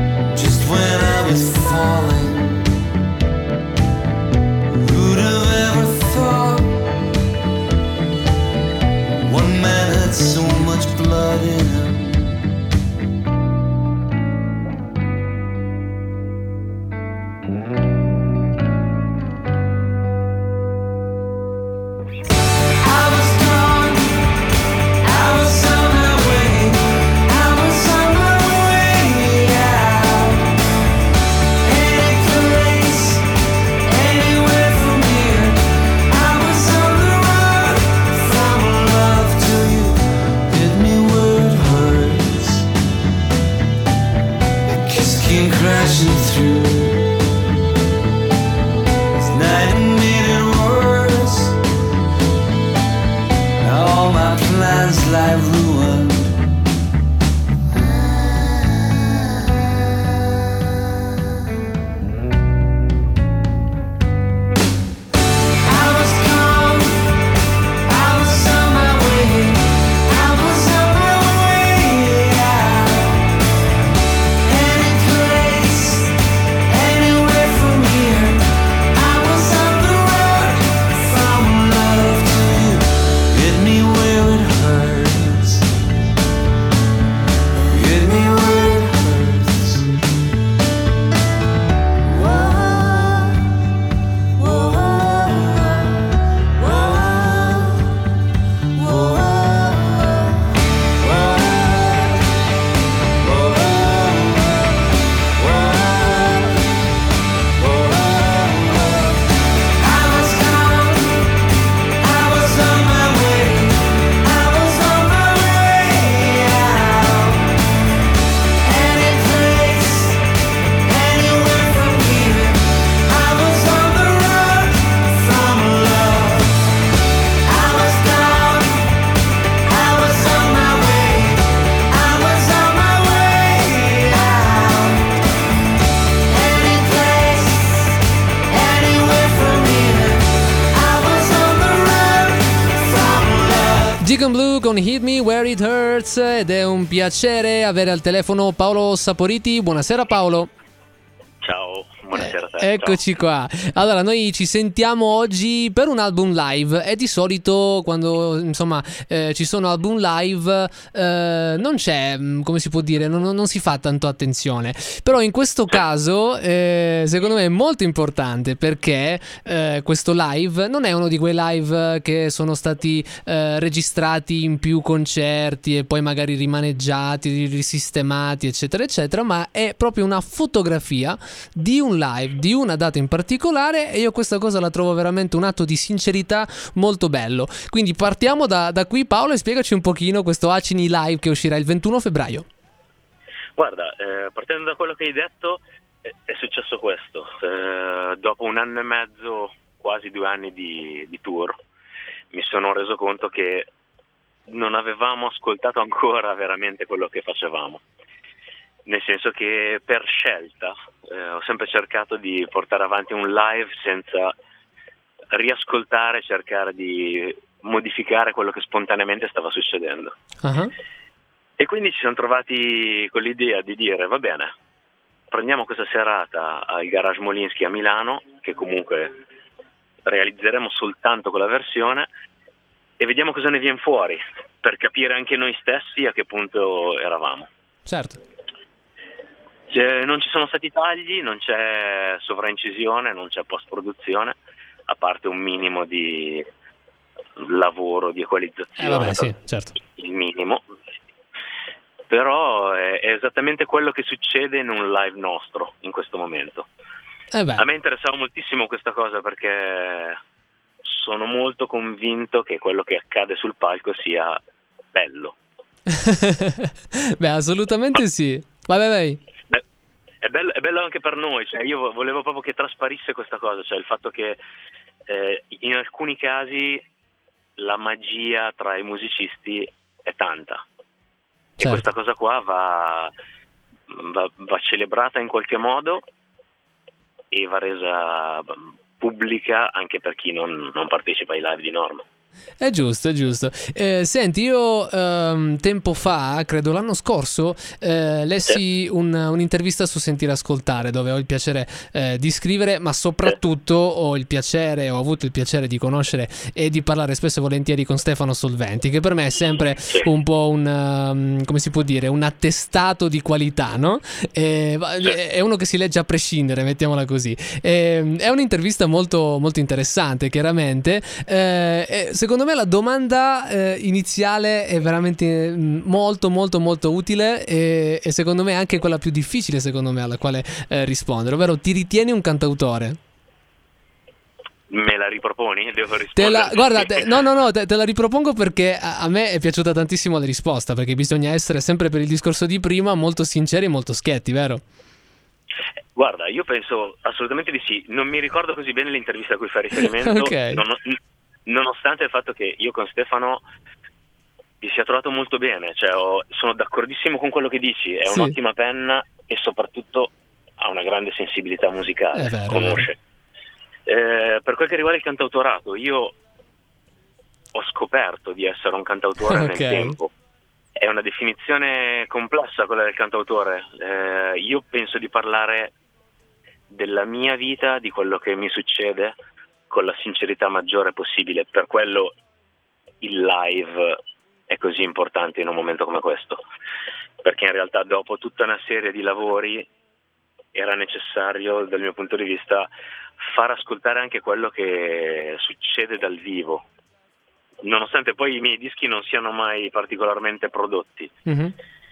Chicken Blue con Hit Me Where It Hurts, ed è un piacere avere al telefono Paolo Saporiti. Buonasera Paolo. Ciao, buonasera a te. Eccoci qua. Allora, noi ci sentiamo oggi per un album live e di solito quando insomma eh, ci sono album live eh, non c'è, come si può dire, non, non si fa tanto attenzione. Però in questo caso eh, secondo me è molto importante perché eh, questo live non è uno di quei live che sono stati eh, registrati in più concerti e poi magari rimaneggiati, risistemati, eccetera, eccetera, ma è proprio una fotografia di un live, di una data in particolare, e io questa cosa la trovo veramente un atto di sincerità molto bello. Quindi partiamo da, da qui Paolo e spiegaci un pochino questo Acini Live che uscirà il ventuno febbraio. Guarda, eh, partendo da quello che hai detto è, è successo questo, eh, dopo un anno e mezzo, quasi due anni di, di tour, mi sono reso conto che non avevamo ascoltato ancora veramente quello che facevamo. Nel senso che per scelta eh, ho sempre cercato di portare avanti un live senza riascoltare, cercare di modificare quello che spontaneamente stava succedendo. Uh-huh. E quindi ci siamo trovati con l'idea di dire: va bene, prendiamo questa serata al Garage Molinsky a Milano, che comunque realizzeremo soltanto quella versione, e vediamo cosa ne viene fuori, per capire anche noi stessi a che punto eravamo. Certo. Cioè, non ci sono stati tagli, non c'è sovraincisione, non c'è post-produzione, a parte un minimo di lavoro, di equalizzazione. Eh vabbè, sì, certo. Il minimo. Però è, è esattamente quello che succede in un live nostro in questo momento. Eh beh. A me interessava moltissimo questa cosa perché sono molto convinto che quello che accade sul palco sia bello. Beh, assolutamente sì. Vai, vai, vai. È bello, è bello anche per noi, cioè io volevo proprio che trasparisse questa cosa, cioè il fatto che eh, in alcuni casi la magia tra i musicisti è tanta. Certo. E questa cosa qua va, va, va celebrata in qualche modo e va resa pubblica anche per chi non, non partecipa ai live di norma. È giusto, è giusto. Eh, senti, io ehm, tempo fa, credo l'anno scorso, eh, lessi un, un'intervista su Sentire Ascoltare, dove ho il piacere eh, di scrivere, ma soprattutto ho il piacere, ho avuto il piacere di conoscere e di parlare spesso e volentieri con Stefano Solventi, che per me è sempre un po' un, um, come si può dire, un attestato di qualità, no? Eh, è uno che si legge a prescindere, mettiamola così. Eh, è un'intervista molto, molto interessante, chiaramente. Eh, e secondo me la domanda eh, iniziale è veramente mh, molto molto molto utile e, e secondo me anche quella più difficile, secondo me, alla quale eh, rispondere, ovvero: ti ritieni un cantautore? Me la riproponi? Devo rispondere? Te la, guarda, te, no no no, te, te la ripropongo perché a, a me è piaciuta tantissimo la risposta, perché bisogna essere sempre, per il discorso di prima, molto sinceri e molto schietti, vero? Guarda, io penso assolutamente di sì. Non mi ricordo così bene l'intervista a cui fai riferimento. Okay. non ho, Nonostante il fatto che io con Stefano mi sia trovato molto bene, cioè ho, sono d'accordissimo con quello che dici, è sì. un'ottima penna e soprattutto ha una grande sensibilità musicale, è vero, conosce. Eh, per quel che riguarda il cantautorato, io ho scoperto di essere un cantautore okay. nel tempo. È una definizione complessa quella del cantautore. Eh, io penso di parlare della mia vita, di quello che mi succede, con la sincerità maggiore possibile. Per quello il live è così importante in un momento come questo, perché in realtà dopo tutta una serie di lavori era necessario, dal mio punto di vista, far ascoltare anche quello che succede dal vivo, nonostante poi i miei dischi non siano mai particolarmente prodotti. Mm-hmm.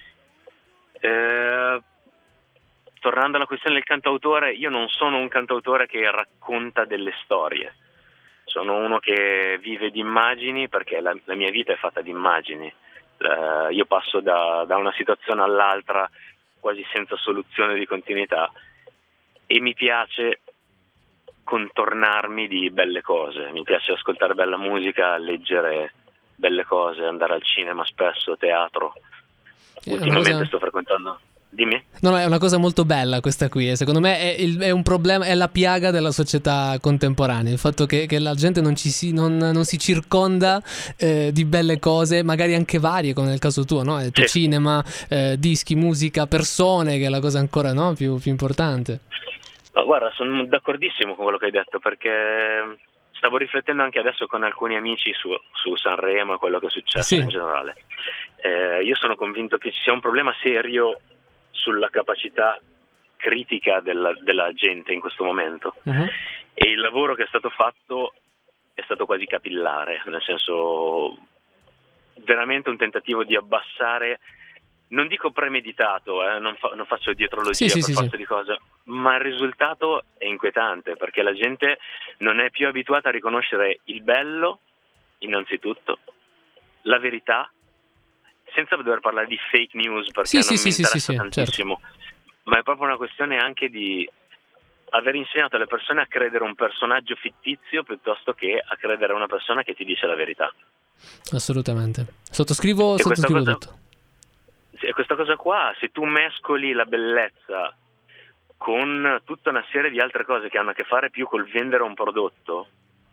eh, Tornando alla questione del cantautore, io non sono un cantautore che racconta delle storie, sono uno che vive di immagini, perché la, la mia vita è fatta di immagini. Uh, io passo da, da una situazione all'altra quasi senza soluzione di continuità e mi piace contornarmi di belle cose, mi piace ascoltare bella musica, leggere belle cose, andare al cinema spesso, teatro. È una Ultimamente cosa... sto frequentando Dimmi. No, no, è una cosa molto bella questa qui, e secondo me è, il, è un problema, è la piaga della società contemporanea, il fatto che, che la gente non, ci si, non, non si circonda eh, di belle cose, magari anche varie, come nel caso tuo, no? Hai detto Sì. cinema, eh, dischi, musica, persone, che è la cosa ancora, no? più, più importante. Ma guarda, sono d'accordissimo con quello che hai detto, perché stavo riflettendo anche adesso con alcuni amici su, su Sanremo e quello che è successo Sì. in generale. Eh, io sono convinto che ci sia un problema serio sulla capacità critica della, della gente in questo momento, Uh-huh. e il lavoro che è stato fatto è stato quasi capillare, nel senso veramente un tentativo di abbassare, non dico premeditato, eh, non, fa, non faccio dietrologia Sì, sì, per sì, forza sì. di cose, ma il risultato è inquietante, perché la gente non è più abituata a riconoscere il bello, innanzitutto, la verità, senza dover parlare di fake news, perché Sì, non sì, mi sì, sì, interessa sì, sì, tantissimo, ma è proprio una questione anche di aver insegnato alle persone a credere un personaggio fittizio piuttosto che a credere a una persona che ti dice la verità. Assolutamente. Sottoscrivo, E questa sottoscrivo cosa- tutto. E questa cosa qua, se tu mescoli la bellezza con tutta una serie di altre cose che hanno a che fare più col vendere un prodotto,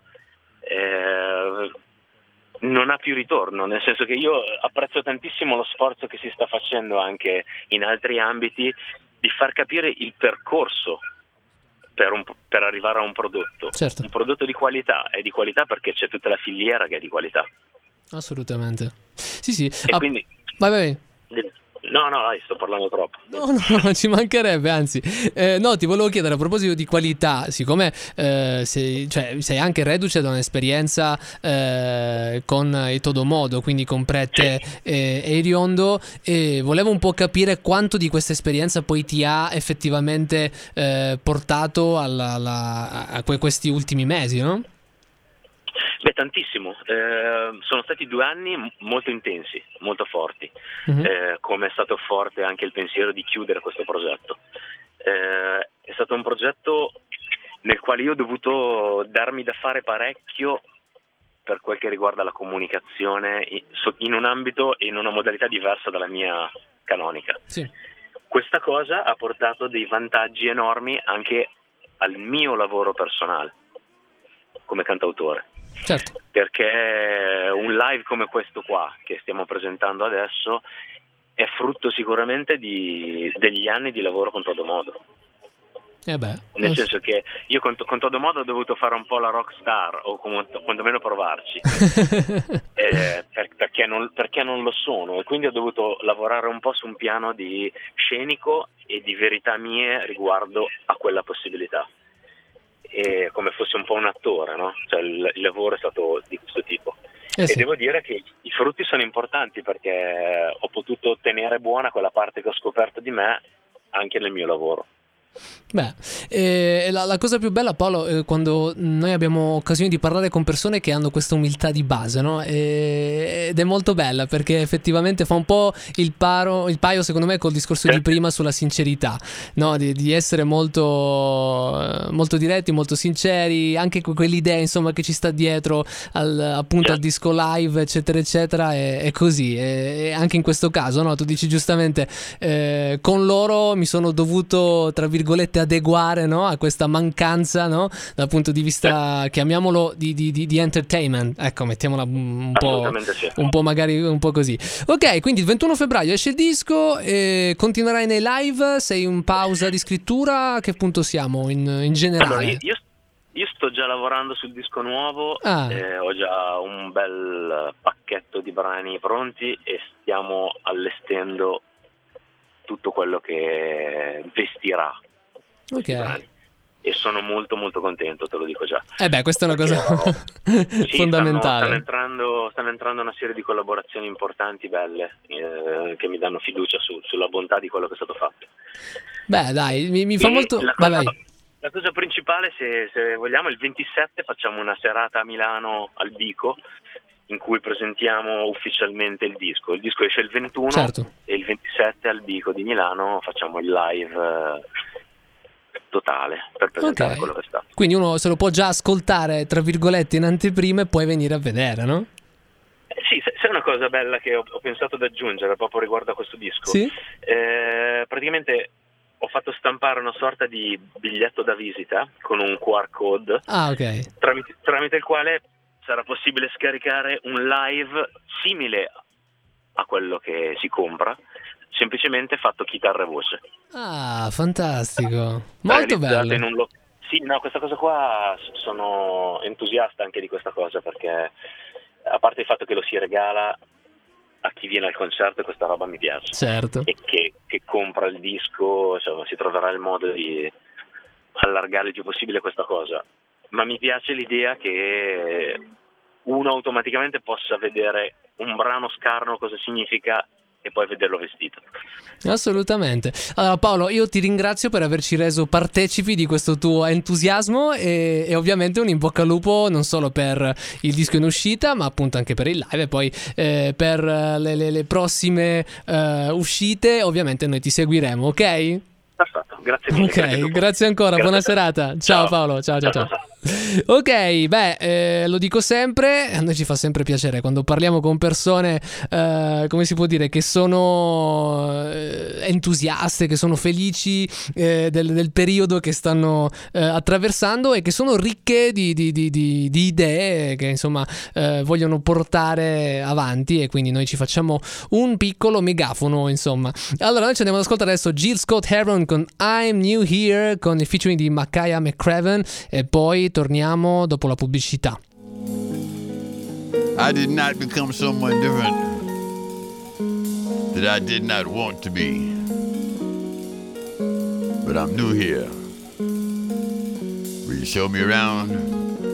eh, non ha più ritorno, nel senso che io apprezzo tantissimo lo sforzo che si sta facendo anche in altri ambiti di far capire il percorso per, un- per arrivare a un prodotto. Certo. Un prodotto di qualità è di qualità perché c'è tutta la filiera che è di qualità. Assolutamente. Sì, sì. E Ah, quindi vai, vai. no, no, dai, sto parlando troppo. No, no, no, ci mancherebbe, anzi. Eh, no, ti volevo chiedere a proposito di qualità, siccome eh, sei, cioè, sei anche reduce da un'esperienza eh, con il Todomodo, quindi con Prete e, e Iriondo, e volevo un po' capire quanto di questa esperienza poi ti ha effettivamente eh, portato alla, alla- a que- questi ultimi mesi, no? Beh, tantissimo. Eh, sono stati due anni m- molto intensi, molto forti, Mhm. eh, come è stato forte anche il pensiero di chiudere questo progetto. Eh, è stato un progetto nel quale io ho dovuto darmi da fare parecchio per quel che riguarda la comunicazione i- so- in un ambito e in una modalità diversa dalla mia canonica. Sì. Questa cosa ha portato dei vantaggi enormi anche al mio lavoro personale come cantautore. Certo. Perché un live come questo qua che stiamo presentando adesso è frutto sicuramente di, degli anni di lavoro con Todomodo, Eh beh. nel senso che io con, con Todomodo ho dovuto fare un po' la rock star o com- quantomeno provarci eh, per- perché, non, perché non lo sono, e quindi ho dovuto lavorare un po' su un piano di scenico e di verità mie riguardo a quella possibilità, e come fosse un po' un attore, no? Cioè il, il lavoro è stato di questo tipo. Eh E sì. devo dire che i frutti sono importanti perché ho potuto tenere buona quella parte che ho scoperto di me anche nel mio lavoro. Beh, eh, la, la cosa più bella, Paolo, è quando noi abbiamo occasione di parlare con persone che hanno questa umiltà di base, no? E- ed è molto bella perché effettivamente fa un po' il paro, il paio, secondo me, col discorso di prima sulla sincerità, no? Di, di essere molto, eh, molto diretti, molto sinceri, anche con quell'idea, insomma, che ci sta dietro al, appunto al disco live, eccetera, eccetera. È, è così. E, e anche in questo caso, no? Tu dici giustamente, eh, con loro mi sono dovuto, tra virgolette, adeguare, no? A questa mancanza, no? Dal punto di vista, chiamiamolo, di, di, di, di entertainment, ecco, mettiamola un po', Assolutamente sì. un po' magari un po' così. Ok, quindi il ventuno febbraio esce il disco, e continuerai nei live, sei in pausa di scrittura, a che punto siamo in, in generale? Allora, io, io- io sto già lavorando sul disco nuovo, Ah. eh, ho già un bel pacchetto di brani pronti e stiamo allestendo tutto quello che vestirà questi Ok. brani. E sono molto molto contento, te lo dico già. Eh beh, questa è una cosa Sì, fondamentale. Stanno, stanno entrando, stanno entrando una serie di collaborazioni importanti, belle, eh, che mi danno fiducia su- sulla bontà di quello che è stato fatto. Beh, dai, mi, mi fa E molto... La Vai, cosa, vai. la cosa principale, se, se vogliamo, il ventisette facciamo una serata a Milano al Bico in cui presentiamo ufficialmente il disco. Il disco esce il ventuno Certo. e il ventisette al Bico di Milano facciamo il live eh, totale per presentare Ok. quello che sta. Quindi uno se lo può già ascoltare, tra virgolette, in anteprima e poi venire a vedere, no? Eh, Sì, se- sai una cosa cosa bella che ho, ho pensato ad aggiungere proprio riguardo a questo disco. Sì? Eh, praticamente ho fatto stampare una sorta di biglietto da visita con un Q R code Ah, ok. tramite, tramite il quale sarà possibile scaricare un live simile a quello che si compra, semplicemente fatto chitarra e voce. Ah, fantastico. Molto Realizzate bello. in un lo- Sì, no, questa cosa qua sono entusiasta anche di questa cosa, perché a parte il fatto che lo si regala a chi viene al concerto, questa roba mi piace. Certo. E che, che compra il disco, insomma, si troverà il modo di allargare il più possibile questa cosa. Ma mi piace l'idea che uno automaticamente possa vedere un brano scarno cosa significa e poi vederlo vestito. Assolutamente. Allora Paolo, io ti ringrazio per averci reso partecipi di questo tuo entusiasmo e, e ovviamente un in bocca al lupo non solo per il disco in uscita, ma appunto anche per il live e poi eh, per le, le, le prossime eh, uscite. Ovviamente noi ti seguiremo, ok? Perfetto, grazie mille. Ok, grazie, grazie ancora, Grazie. buona serata. Ciao, Ciao. Paolo, ciao ciao ciao. Ok, beh, eh, lo dico sempre, a noi ci fa sempre piacere quando parliamo con persone, eh, come si può dire, che sono eh, entusiaste, che sono felici eh, del, del periodo che stanno eh, attraversando e che sono ricche di, di, di, di, di idee che insomma eh, vogliono portare avanti, e quindi noi ci facciamo un piccolo megafono, insomma. Allora noi ci andiamo ad ascoltare adesso Jill Scott Heron con I'm New Here con il featuring di Makaya McCraven e poi torniamo dopo la pubblicità. I did not become someone different that I did not want to be. But I'm new here. Will you show me around?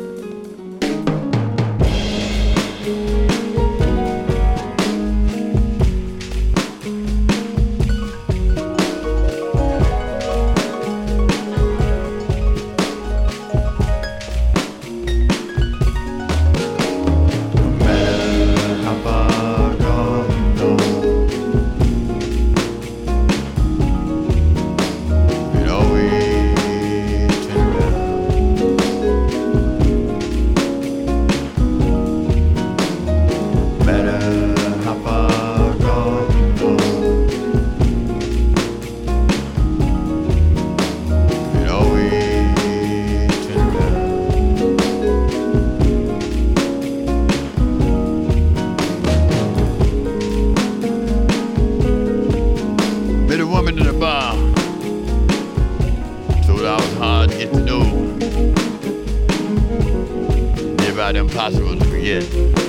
Impossible to forget.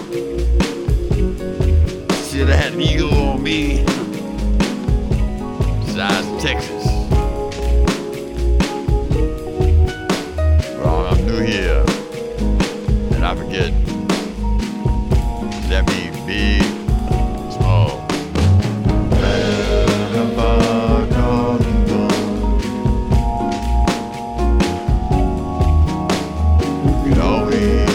Should have had an eagle on me, size of Texas. Wrong, I'm new here, and I forget. Does that mean big, small? Where have I gone? You can always.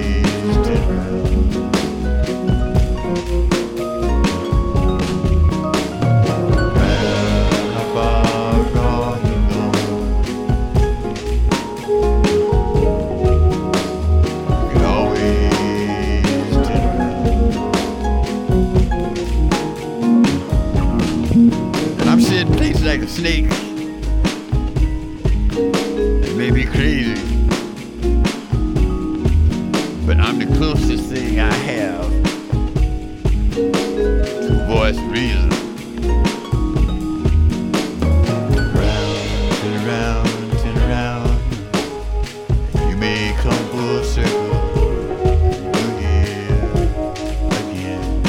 Like a snake. It may be crazy, but I'm the closest thing I have to voice reason. Round and around and around, and you may come full circle again, again.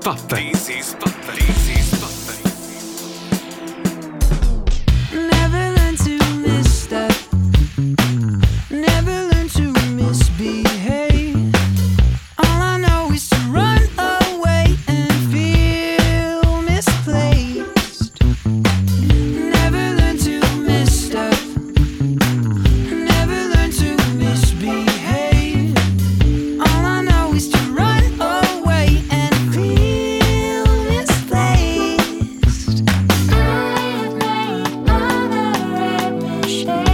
Pop. This is Pop. This is Pop. Never learn to misstep. Never learn to misbehave. All I know is to run away and feel misplaced. Never learn to misstep. Never learn to misbehave. All I know is to run away and feel misplaced. I've made other mistakes.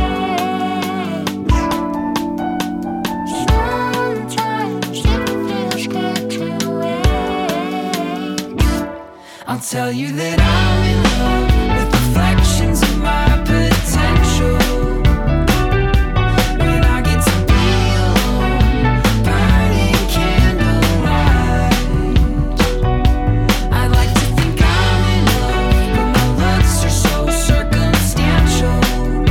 Sometimes it feels good to wait. I'll tell you that I'm in love with reflections of my potential. When I get to be alone, burning candlelight. I like to think I'm in love, but my looks are so circumstantial.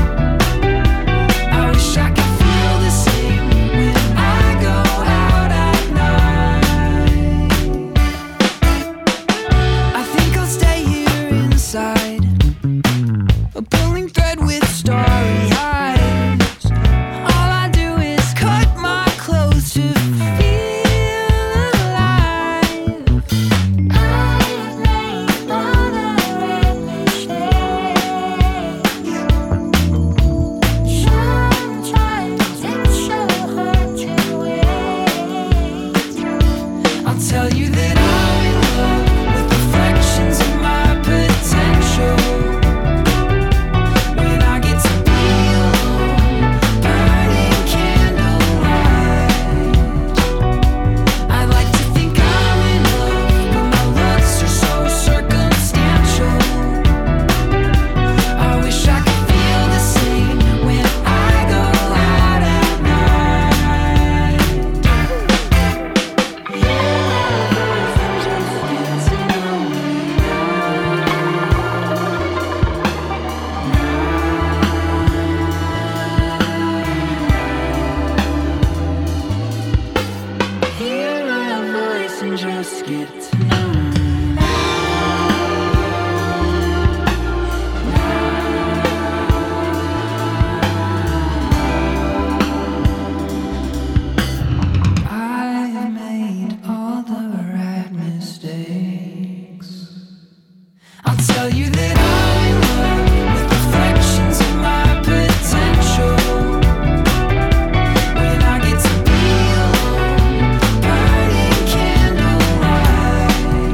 I wish I could feel the same when I go out at night. I think I'll stay here inside, a pulling thread with starry eyes. All I do is cut my clothes to feel alive. I've made other mistakes. Sometimes it's so hard to wait. I'll tell you that I'm in love with reflections of my potential. When I get to be alone, burning candlelight. I like to think I'm in love, but my looks are so circumstantial. I wish I could feel the same when I go out at night. Just get to know me now. Hear my voice and just get to know me. I've made all the right mistakes. I'll tell you that I'm in love with reflections of my potential. When I get to be alone, burning candlelight.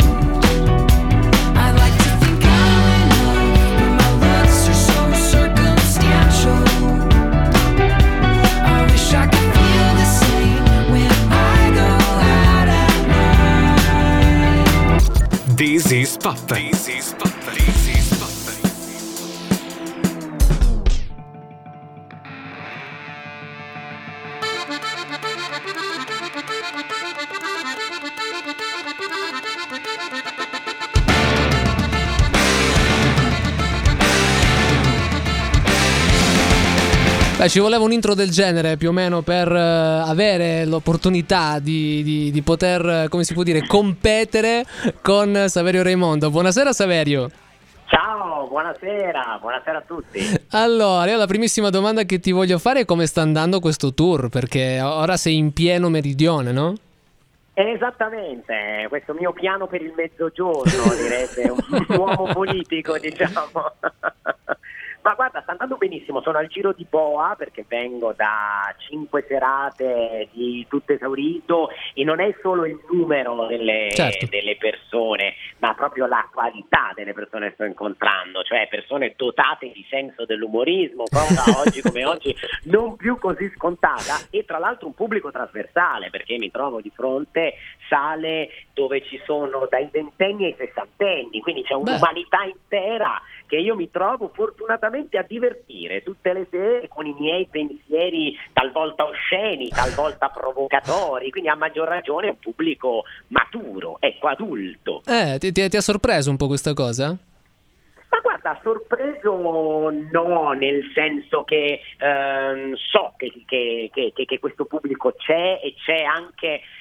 I like to think I'm in love, but my looks are so circumstantial. I wish I could feel the same when I go out at night. This is Pop. This is Pop. This is Pop. Beh, ci voleva un intro del genere più o meno per eh, avere l'opportunità di, di- di poter, eh, come si può dire, competere con Saverio Raimondo. Buonasera Saverio. Ciao, buonasera, buonasera a tutti. Allora, io la primissima domanda che ti voglio fare è come sta andando questo tour, perché ora sei in pieno meridione, no? Esattamente, questo mio piano per il mezzogiorno, direbbe un uomo politico, diciamo. Ma guarda, sta andando benissimo, sono al Giro di Boa perché vengo da cinque serate di tutto esaurito e non è solo il numero delle, Certo. delle persone, ma proprio la qualità delle persone che sto incontrando, cioè persone dotate di senso dell'umorismo, cosa oggi come oggi non più così scontata, e tra l'altro un pubblico trasversale, perché mi trovo di fronte sale dove ci sono dai ventenni ai sessantenni, quindi c'è un'umanità intera che io mi trovo fortunatamente a divertire tutte le sere con i miei pensieri talvolta osceni, talvolta provocatori, quindi a maggior ragione un pubblico maturo, ecco, adulto. Eh, ti, ti- ti ha sorpreso un po' questa cosa? Ma guarda, sorpreso no, nel senso che ehm, so che, che, che, che- che questo pubblico c'è e c'è anche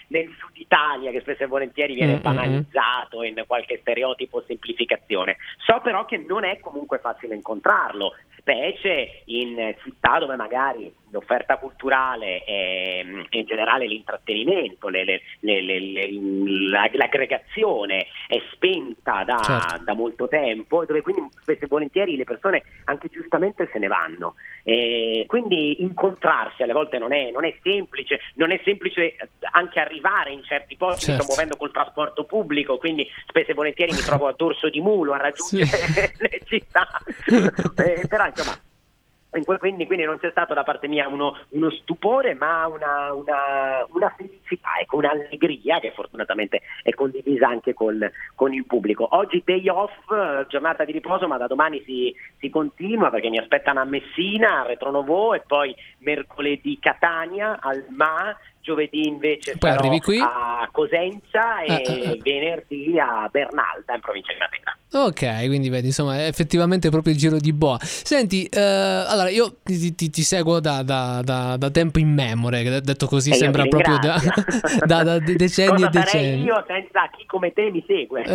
nel Sud Italia, che spesso e volentieri viene Mm-mm. banalizzato in qualche stereotipo o semplificazione. So però che non è comunque facile incontrarlo, specie in città dove magari l'offerta culturale e in generale l'intrattenimento, le, le, le, le, le, la, l'aggregazione è spenta da, Certo. da molto tempo, e dove quindi spesso e volentieri le persone anche giustamente se ne vanno. E quindi incontrarsi alle volte non è, non è semplice, non è semplice anche arrivare in certi posti. Certo. Mi sto muovendo col trasporto pubblico, quindi spesso e volentieri mi trovo a dorso di mulo a raggiungere le città. Eh, però insomma, in que- quindi, quindi non c'è stato da parte mia uno, uno stupore, ma una, una, una felicità, ecco, un'allegria che fortunatamente è condivisa anche col, con il pubblico. Oggi day off, eh, giornata di riposo, ma da domani si, si continua, perché mi aspettano a Messina, a Retronovo, e poi mercoledì Catania al M A. Giovedì invece Poi sarò arrivi qui? a Cosenza e Ah, ah, ah. venerdì a Bernalda in provincia di Matera. Ok, quindi vedi, insomma, è effettivamente proprio il giro di boa. Senti, eh, allora io ti, ti- ti seguo da, da- da- da tempo immemore, che detto così E io sembra ti proprio da, ringrazio. da- da decenni Cosa e farei decenni. io senza chi come te mi segue?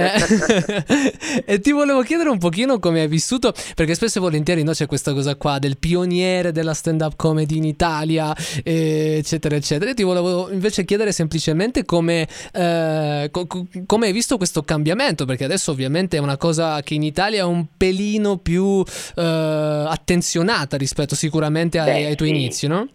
Eh, e ti volevo chiedere un pochino come hai vissuto, perché spesso e volentieri, no, c'è questa cosa qua del pioniere della stand-up comedy in Italia, eh, eccetera eccetera. Io ti volevo invece chiedere semplicemente come, eh, co- co- come hai visto questo cambiamento, perché adesso ovviamente è una cosa che in Italia è un pelino più eh, attenzionata rispetto sicuramente ai, Beh, ai tuoi sì. inizi, no?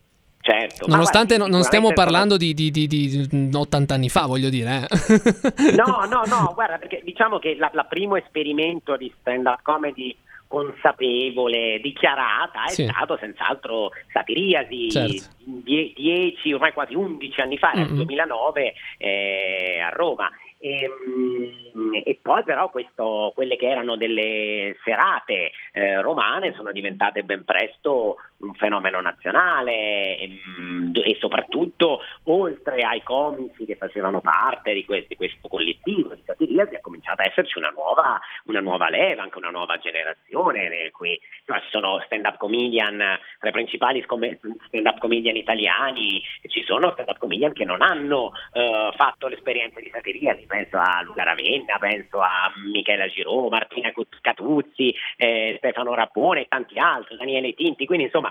Certo. ma Nonostante guardi, no- non stiamo sicuramente parlando di, di, di, di ottanta anni fa, voglio dire, eh. No, no, no, guarda, perché diciamo che la, la primo esperimento di stand-up comedy consapevole, dichiarata, è Sì. stato senz'altro Satiriasi, Certo. die- dieci, ormai quasi undici anni fa, nel Mm-mm. duemilanove, eh, a Roma. E, mm, e poi però questo, quelle che erano delle serate eh, romane sono diventate ben presto un fenomeno nazionale, e, mm, e soprattutto oltre ai comici che facevano parte di, questi, questo collettivo di Satiriasi è cominciata a esserci una nuova, una nuova leva, anche una nuova generazione, nel cui cioè, ci sono stand-up comedian, tra i principali scom- stand-up comedian italiani, ci sono stand-up comedian che non hanno eh, fatto l'esperienza di Satiriasi. Penso a Luca Ravenna, penso a Michela Girò, Martina Catuzzi, eh, Stefano Rappone e tanti altri, Daniele Tinti. Quindi insomma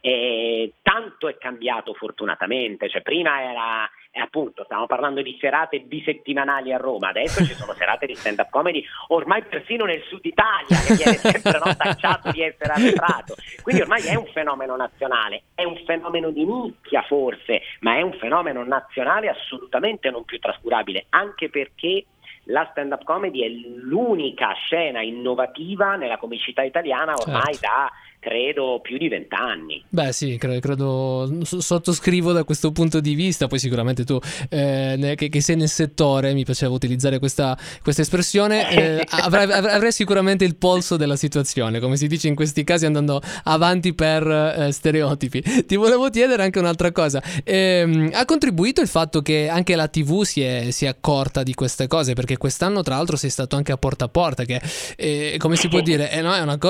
eh, tanto è cambiato fortunatamente, cioè prima era eh, appunto stiamo parlando di serate bisettimanali a Roma, adesso ci sono serate di stand-up comedy ormai persino nel Sud Italia, che viene sempre no, tacciato di essere arretrato. Quindi ormai è un fenomeno nazionale, è un fenomeno di nicchia forse, ma è un fenomeno nazionale assolutamente non più trascurabile, anche perché la stand-up comedy è l'unica scena innovativa nella comicità italiana ormai Certo. da credo più di vent'anni. Beh sì, credo, credo s- sottoscrivo da questo punto di vista. Poi sicuramente tu eh, ne- che, che sei nel settore, mi piaceva utilizzare questa, questa espressione, eh, avrai, avrai avrai sicuramente il polso della situazione, come si dice in questi casi, andando avanti per eh, stereotipi. Ti volevo chiedere anche un'altra cosa. Ehm, ha contribuito il fatto che anche la tivù si è, si è accorta di queste cose, perché quest'anno tra l'altro sei stato anche a Porta a Porta, che eh, come si può dire eh, no, è una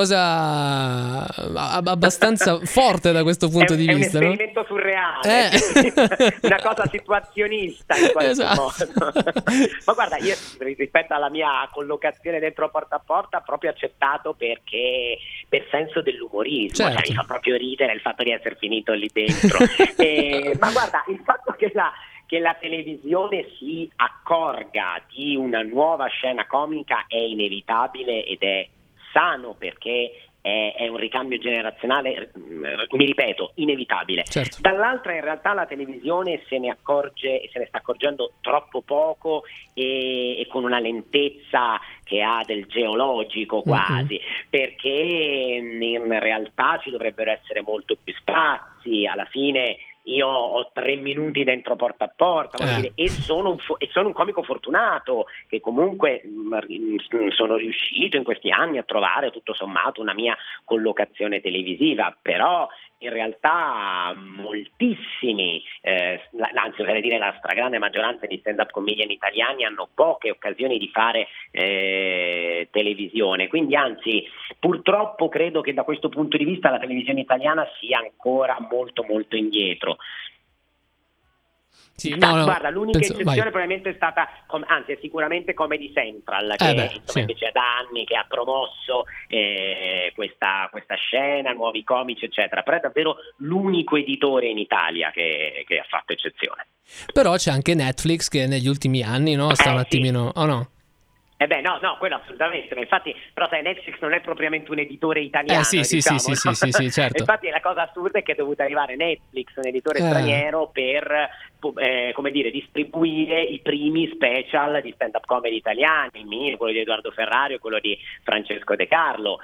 cosa ab- abbastanza forte da questo punto è, di è vista, un no? esperimento surreale, Eh. una cosa situazionista in qualche Esatto. modo. Ma guarda, io rispetto alla mia collocazione dentro Porta a Porta proprio accettato perché per senso dell'umorismo, Certo. cioè mi fa proprio ridere il fatto di essere finito lì dentro. E, ma guarda, il fatto che la che la televisione si accorga di una nuova scena comica è inevitabile ed è sano, perché è, è un ricambio generazionale, mi ripeto, inevitabile. Certo. Dall'altra in realtà la televisione se ne accorge e se ne sta accorgendo troppo poco e, e con una lentezza che ha del geologico quasi, mm-hmm. perché in realtà ci dovrebbero essere molto più spazi. Alla fine io ho tre minuti dentro Porta a Porta, voglio Eh. dire, e, sono un fo- e sono un comico fortunato che comunque mh, sono riuscito in questi anni a trovare tutto sommato una mia collocazione televisiva, però in realtà moltissimi, eh, anzi vorrei dire la stragrande maggioranza di stand-up comedian italiani hanno poche occasioni di fare eh, televisione, quindi anzi purtroppo credo che da questo punto di vista la televisione italiana sia ancora molto molto indietro. Sì, Sta- no, no, guarda, l'unica penso- eccezione vai. probabilmente è stata, com- anzi è sicuramente Comedy Central, che Eh beh, insomma, sì. invece è da anni che ha promosso eh, questa, questa scena, nuovi comici eccetera, però è davvero l'unico editore in Italia che, che ha fatto eccezione. Però c'è anche Netflix che negli ultimi anni, no, sta Eh, un sì. attimino... Oh no? Eh beh, no, no, quello assolutamente, ma infatti, però sai, Netflix non è propriamente un editore italiano, Eh, sì, sì, diciamo, sì, sì, no? sì, sì, certo. Infatti la cosa assurda è che è dovuta arrivare Netflix, un editore Eh. straniero, per, eh, come dire, distribuire i primi special di stand-up comedy italiani, il mio, quello di Edoardo Ferrario, quello di Francesco De Carlo.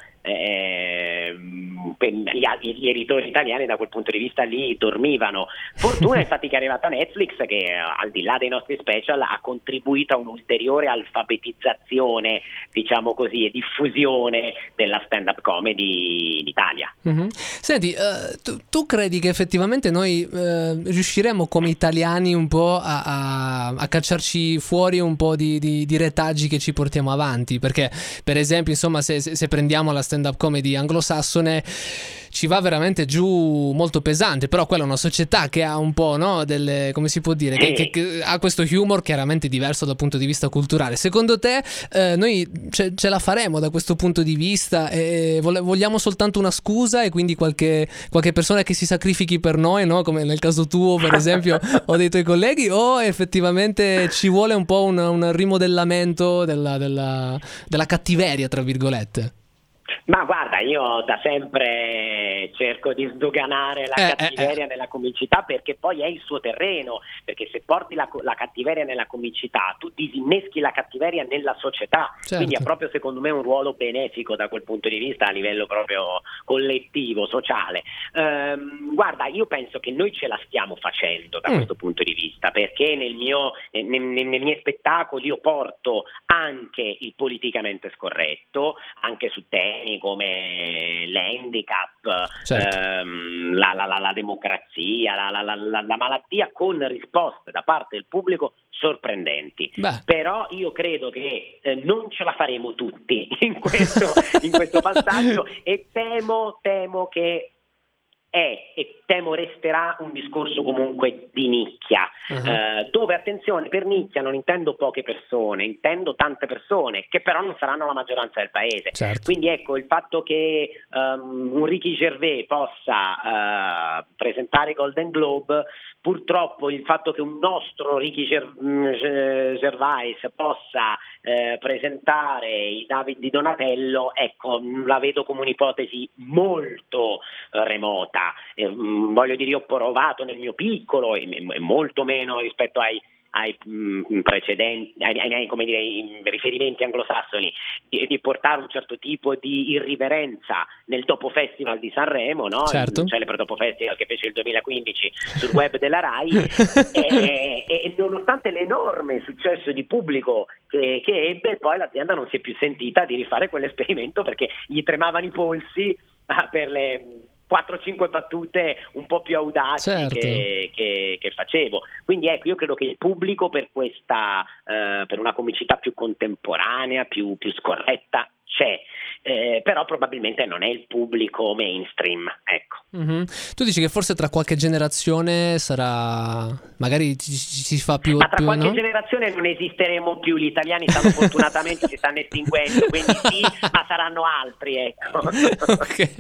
Eh, per gli, gli editori italiani da quel punto di vista lì dormivano. Fortuna infatti che è arrivata Netflix, che al di là dei nostri special ha contribuito a un'ulteriore alfabetizzazione, diciamo così, e diffusione della stand-up comedy in Italia. Mhm. Senti, eh, tu, tu credi che effettivamente noi eh, riusciremo come italiani un po' a, a, a cacciarci fuori un po' di, di, di retaggi che ci portiamo avanti? Perché, per esempio, insomma, se, se, se prendiamo la stand-up comedy anglosassone ci va veramente giù molto pesante, però quella è una società che ha un po', no, delle, come si può dire, che, che, che ha questo humor chiaramente diverso dal punto di vista culturale. Secondo te eh, noi ce, ce la faremo da questo punto di vista e vole- vogliamo soltanto una scusa e quindi qualche, qualche persona che si sacrifichi per noi, no? Come nel caso tuo per esempio o dei tuoi colleghi, o effettivamente ci vuole un po' un, un rimodellamento della, della, della cattiveria, tra virgolette? Ma guarda, io da sempre cerco di sdoganare la Eh, cattiveria eh, eh. nella comicità, perché poi è il suo terreno, perché se porti la, la cattiveria nella comicità tu disinneschi la cattiveria nella società, Certo. quindi ha proprio secondo me un ruolo benefico da quel punto di vista a livello proprio collettivo, sociale. Ehm, guarda, io penso che noi ce la stiamo facendo da Mm. questo punto di vista, perché nel mio, nei, nei- nei miei spettacoli io porto anche il politicamente scorretto, anche su temi come l'handicap, Certo. ehm, la, la- la- la democrazia, la, la- la- la- la malattia, con risposte da parte del pubblico sorprendenti. Beh. Però io credo che eh, non ce la faremo tutti in questo, in questo passaggio, e temo, temo che è e temo resterà un discorso comunque di nicchia, Uh-huh. eh, dove, attenzione, per nicchia non intendo poche persone, intendo tante persone che però non saranno la maggioranza del paese. Certo. Quindi ecco, il fatto che ehm, un Ricky Gervais possa eh, presentare Golden Globe, purtroppo il fatto che un nostro Ricky Ger- mm, Ge- Gervais possa eh, presentare i David di Donatello, ecco, la vedo come un'ipotesi molto eh, remota. Eh, mm, voglio dire, io ho provato nel mio piccolo, e, e molto meno rispetto ai ai mh, precedenti, ai, ai, ai, come dire, ai riferimenti anglosassoni, di, di portare un certo tipo di irriverenza nel dopo festival di Sanremo, no? Certo. Il celebre dopo festival che fece il duemilaquindici sul web della Rai, e, e, e nonostante l'enorme successo di pubblico che, che ebbe, poi l'azienda non si è più sentita di rifare quell'esperimento, perché gli tremavano i polsi ah, per le quattro cinque battute un po' più audaci Certo. che, che, che facevo. Quindi ecco, io credo che il pubblico per questa eh, per una comicità più contemporanea, più, più scorretta c'è, eh, però probabilmente non è il pubblico mainstream, ecco. Mhm. Tu dici che forse tra qualche generazione sarà, magari ci, ci si fa più, Ma tra più, qualche no? generazione non esisteremo più, gli italiani stanno fortunatamente si stanno estinguendo, quindi sì, ma saranno altri, ecco. Ok,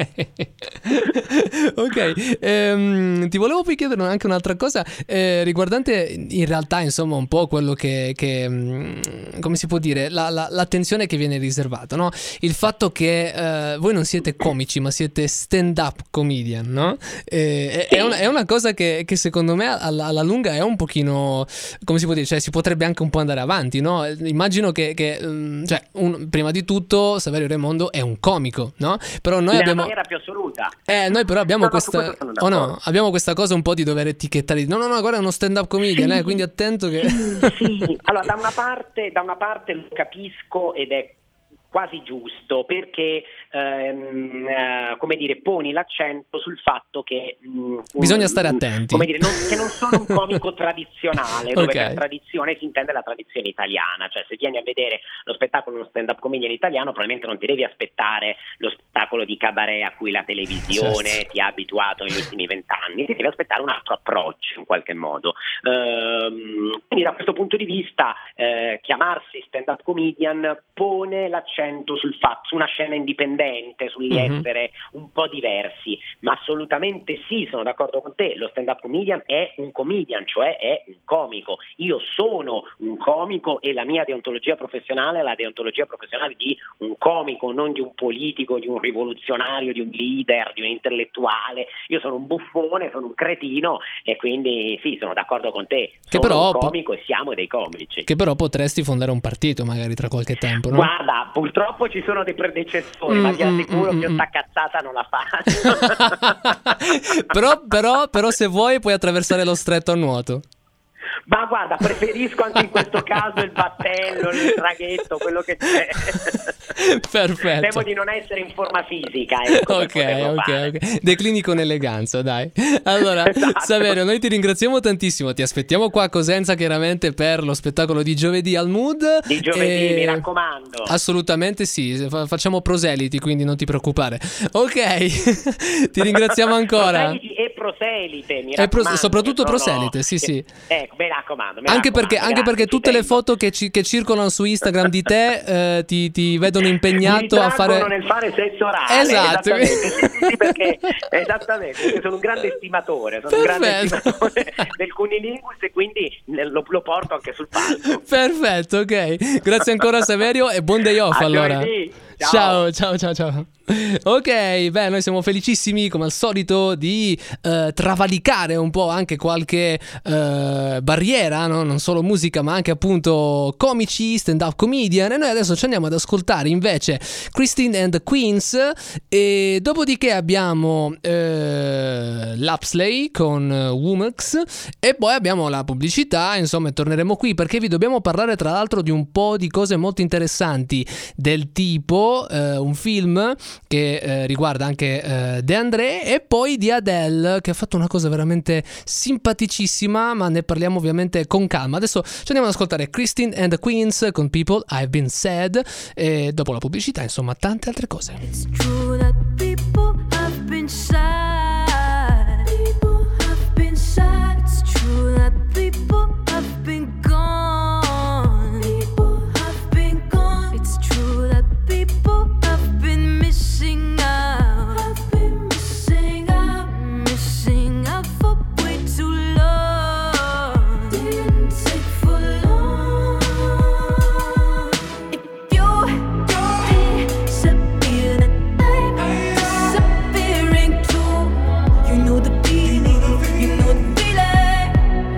ok. Ehm, ti volevo poi chiedere anche un'altra cosa eh, riguardante in realtà insomma un po' quello che, che mh, come si può dire, la, la- l'attenzione che viene riservata, no? Il fatto che eh, voi non siete comici ma siete stand-up comedian, no? Eh, è, è una, è una cosa che, che secondo me alla, alla lunga è un pochino, come si può dire, cioè si potrebbe anche un po' andare avanti, no? Immagino che, che mh, cioè, un- prima di tutto Saverio Raimondo è un comico, no? Però noi Nella abbiamo... maniera più assoluta. Eh, noi però abbiamo No, no, su questa questo sono oh no, d'accordo. abbiamo questa cosa un po' di dover etichettare. No, no, no, guarda, è uno stand-up comedian, eh, quindi attento che Sì, allora da una parte, da una parte lo capisco ed è quasi giusto, perché ehm, eh, come dire, poni l'accento sul fatto che mh, bisogna un, stare attenti, come dire, non, che non sono un comico tradizionale, dove Ok. per tradizione si intende la tradizione italiana, cioè se vieni a vedere lo spettacolo uno stand up comedian italiano probabilmente non ti devi aspettare lo spettacolo di cabaret a cui la televisione Certo. ti ha abituato negli ultimi vent'anni, ti devi aspettare un altro approccio in qualche modo. Ehm, quindi da questo punto di vista eh, chiamarsi stand up comedian pone l'accento sul fatto, su una scena indipendente, sugli Mhm. essere un po' diversi, ma assolutamente sì, sono d'accordo con te, lo stand up comedian è un comedian, cioè è un comico. Io sono un comico e la mia deontologia professionale è la deontologia professionale di un comico, non di un politico, di un rivoluzionario, di un leader, di un intellettuale. Io sono un buffone, sono un cretino e quindi sì, sono d'accordo con te. Che Sono però un po- comico e siamo dei comici. Che però potresti fondare un partito magari tra qualche tempo, no? Guarda, purtroppo ci sono dei predecessori, ma ti Mm, mm, assicuro mm, che io mm. sta cazzata non la faccio. però, però, però se vuoi puoi attraversare lo stretto a nuoto. Ma guarda, preferisco anche in questo caso il battello, il traghetto, quello che c'è. Perfetto. Temo di non essere in forma fisica, ecco, per Ok, poterlo ok, fare. ok. Declini con eleganza, dai. Allora, Esatto. Saverio, noi ti ringraziamo tantissimo. Ti aspettiamo qua a Cosenza, chiaramente, per lo spettacolo di giovedì al Mood. Di giovedì, E- mi raccomando. Assolutamente sì, fa- facciamo proseliti, quindi non ti preoccupare. Ok, ti ringraziamo ancora. Proseliti e proselite, mi E pro- raccomando, soprattutto che sono- proselite, sì, sì. Ecco, mi raccomando. mi Anche raccomando, perché, anche grazie, perché ci tutte le tengo. foto che, ci- che circolano su Instagram di te eh, ti, ti vedono Mi impegnato a ritraggono fare. nel fare sesso orale. Esatto. Esattamente, sì, sì, sì, perché, esattamente, perché sono un grande stimatore, sono un grande Perfetto. stimatore del cunilingus e quindi lo, lo porto anche sul palco. Perfetto, ok. Grazie ancora Saverio e buon day off A allora. giovedì. Ciao, ciao, ciao, ciao. Ok, beh, noi siamo felicissimi come al solito di eh, travalicare un po' anche qualche eh, barriera, no? Non solo musica, ma anche appunto comici, stand-up comedian. E noi adesso ci andiamo ad ascoltare invece Christine and the Queens. E dopodiché abbiamo eh, Lapsley con eh, Womax. E poi abbiamo la pubblicità. Insomma, e torneremo qui perché vi dobbiamo parlare tra l'altro di un po' di cose molto interessanti, del tipo eh, un film che eh, riguarda anche eh, De André, e poi di Adele, che ha fatto una cosa veramente simpaticissima, ma ne parliamo ovviamente con calma. Adesso ci andiamo ad ascoltare Christine and the Queens con People I've Been Sad, e dopo la pubblicità insomma tante altre cose. True that people have been sad. People have been sad. It's true that people have been gone. People have been gone. It's true that people have been missing out. Have been missing out. Missing out for way too long. Didn't take for long. If you disappear, then I'm disappearing too. You know the feeling, you know the feeling.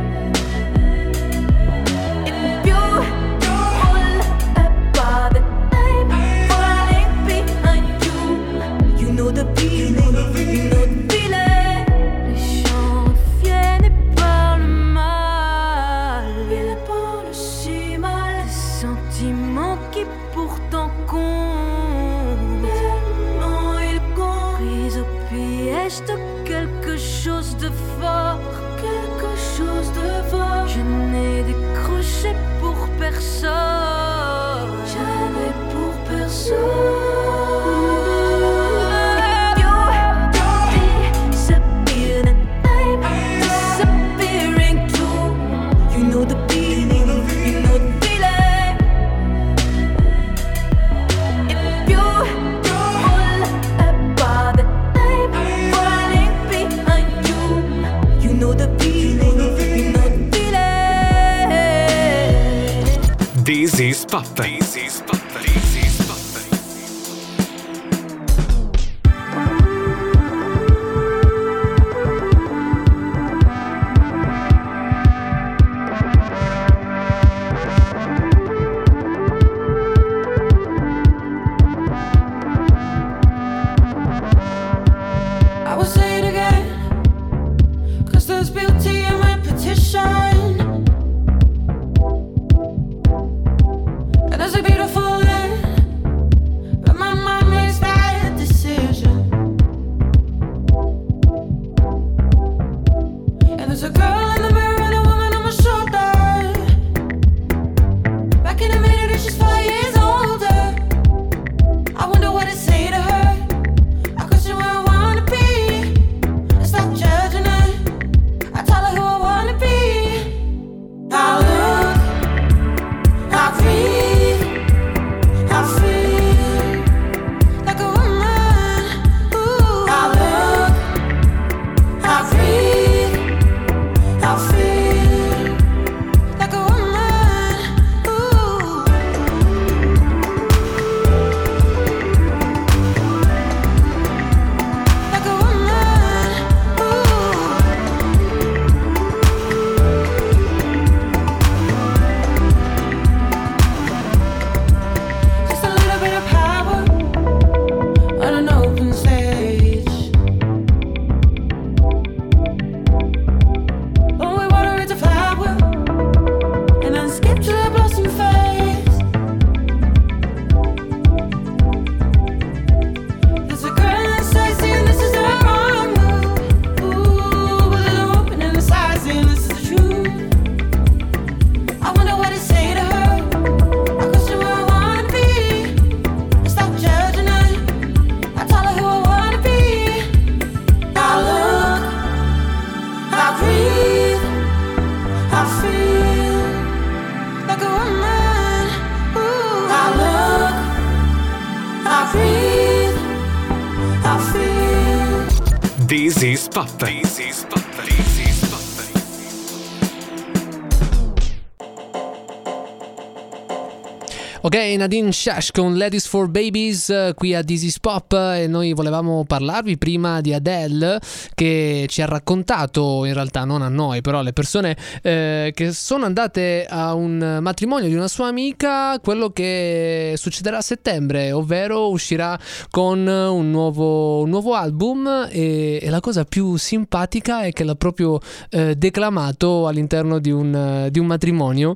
If you fall apart, then I'm falling behind you. You know the feeling, you know the feeling. Les gens reviennent et parlent mal. Ils parlent si mal. Des sentiments qui pourtant comptent. Tellement ils comptent. Pris au piège de quelque chose de fort. Quelque chose de fort. Je n'ai décroché pour personne. Jamais pour personne. You disappear and I'm disappearing too. You know the feeling, you know the feeling. If you fall apart, then I'm falling behind you. You know the feeling, you know the feeling. This is Papa. This is Papa. This is Papa. I will say it again, 'cause there's beauty in repetition. And there's a This is Pop. This is Pop. This is Pop. Ok, Nadine Shash con Ladies for Babies eh, qui a This is Pop, e noi volevamo parlarvi prima di Adele, che ci ha raccontato, in realtà non a noi però alle persone eh, che sono andate a un matrimonio di una sua amica, quello che succederà a settembre, ovvero uscirà con un nuovo, un nuovo album, e, e la cosa più simpatica è che l'ha proprio eh, declamato all'interno di un, di un matrimonio,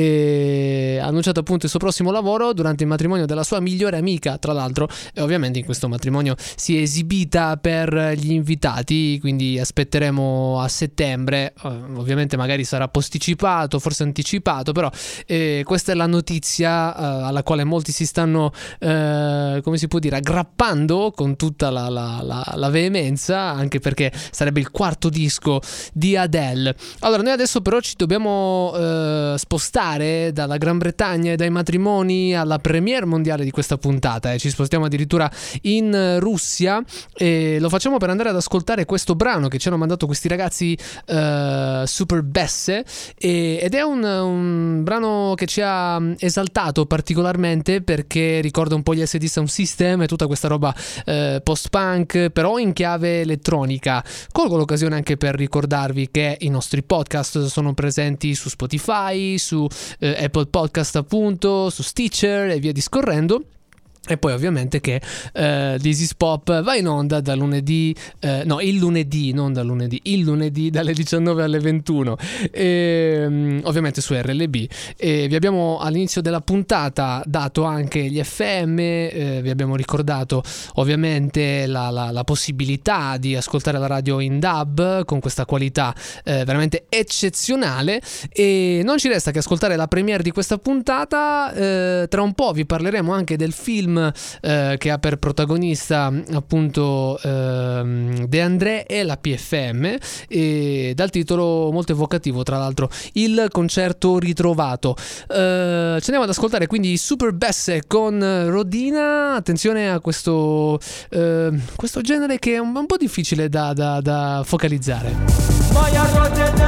e ha annunciato appunto il suo prossimo lavoro durante il matrimonio della sua migliore amica, tra l'altro, e ovviamente in questo matrimonio si è esibita per gli invitati, quindi aspetteremo a settembre, eh, ovviamente magari sarà posticipato, forse anticipato, però eh, questa è la notizia eh, alla quale molti si stanno eh, come si può dire, aggrappando con tutta la, la, la, la veemenza, anche perché sarebbe il quarto disco di Adele. Allora noi adesso però ci dobbiamo eh, spostare dalla Gran Bretagna e dai matrimoni alla premiere mondiale di questa puntata, eh. Ci spostiamo addirittura in Russia, e lo facciamo per andare ad ascoltare questo brano che ci hanno mandato questi ragazzi uh, Super Besse, e, ed è un, un brano che ci ha esaltato particolarmente perché ricorda un po' gli S D Sound System e tutta questa roba uh, post-punk, però in chiave elettronica. Colgo l'occasione anche per ricordarvi che i nostri podcast sono presenti su Spotify, su uh, Apple Podcast appunto, su Stitcher e via discorrendo. E poi ovviamente che uh, This is Pop va in onda da lunedì, uh, no il lunedì, non da lunedì, il lunedì dalle diciannove alle ventuno, e, um, ovviamente su R L B. E vi abbiamo all'inizio della puntata dato anche gli F M, eh, vi abbiamo ricordato ovviamente la, la, la possibilità di ascoltare la radio in D A B con questa qualità eh, veramente eccezionale, e non ci resta che ascoltare la premiere di questa puntata. Eh, tra un po' vi parleremo anche del film Eh, che ha per protagonista appunto eh, De André e la P F M, e dal titolo molto evocativo tra l'altro, Il concerto ritrovato. Eh, ci andiamo ad ascoltare quindi i Super Besse con Rodina. Attenzione a questo eh, questo genere che è un, un po' difficile da, da, da focalizzare. Моя родина,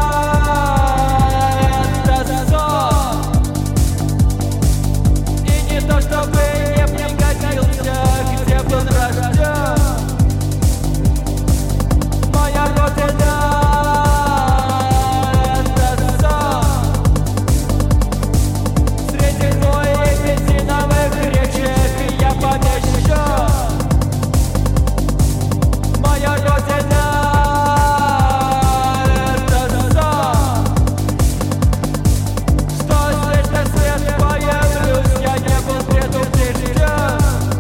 это сон, и не то чтобы где был рожден. Моя родина — это сон. Среди твоих бензиновых речек я помещен. Моя родина — это сон. Что здесь на свет появлюсь, я не был предупрежден.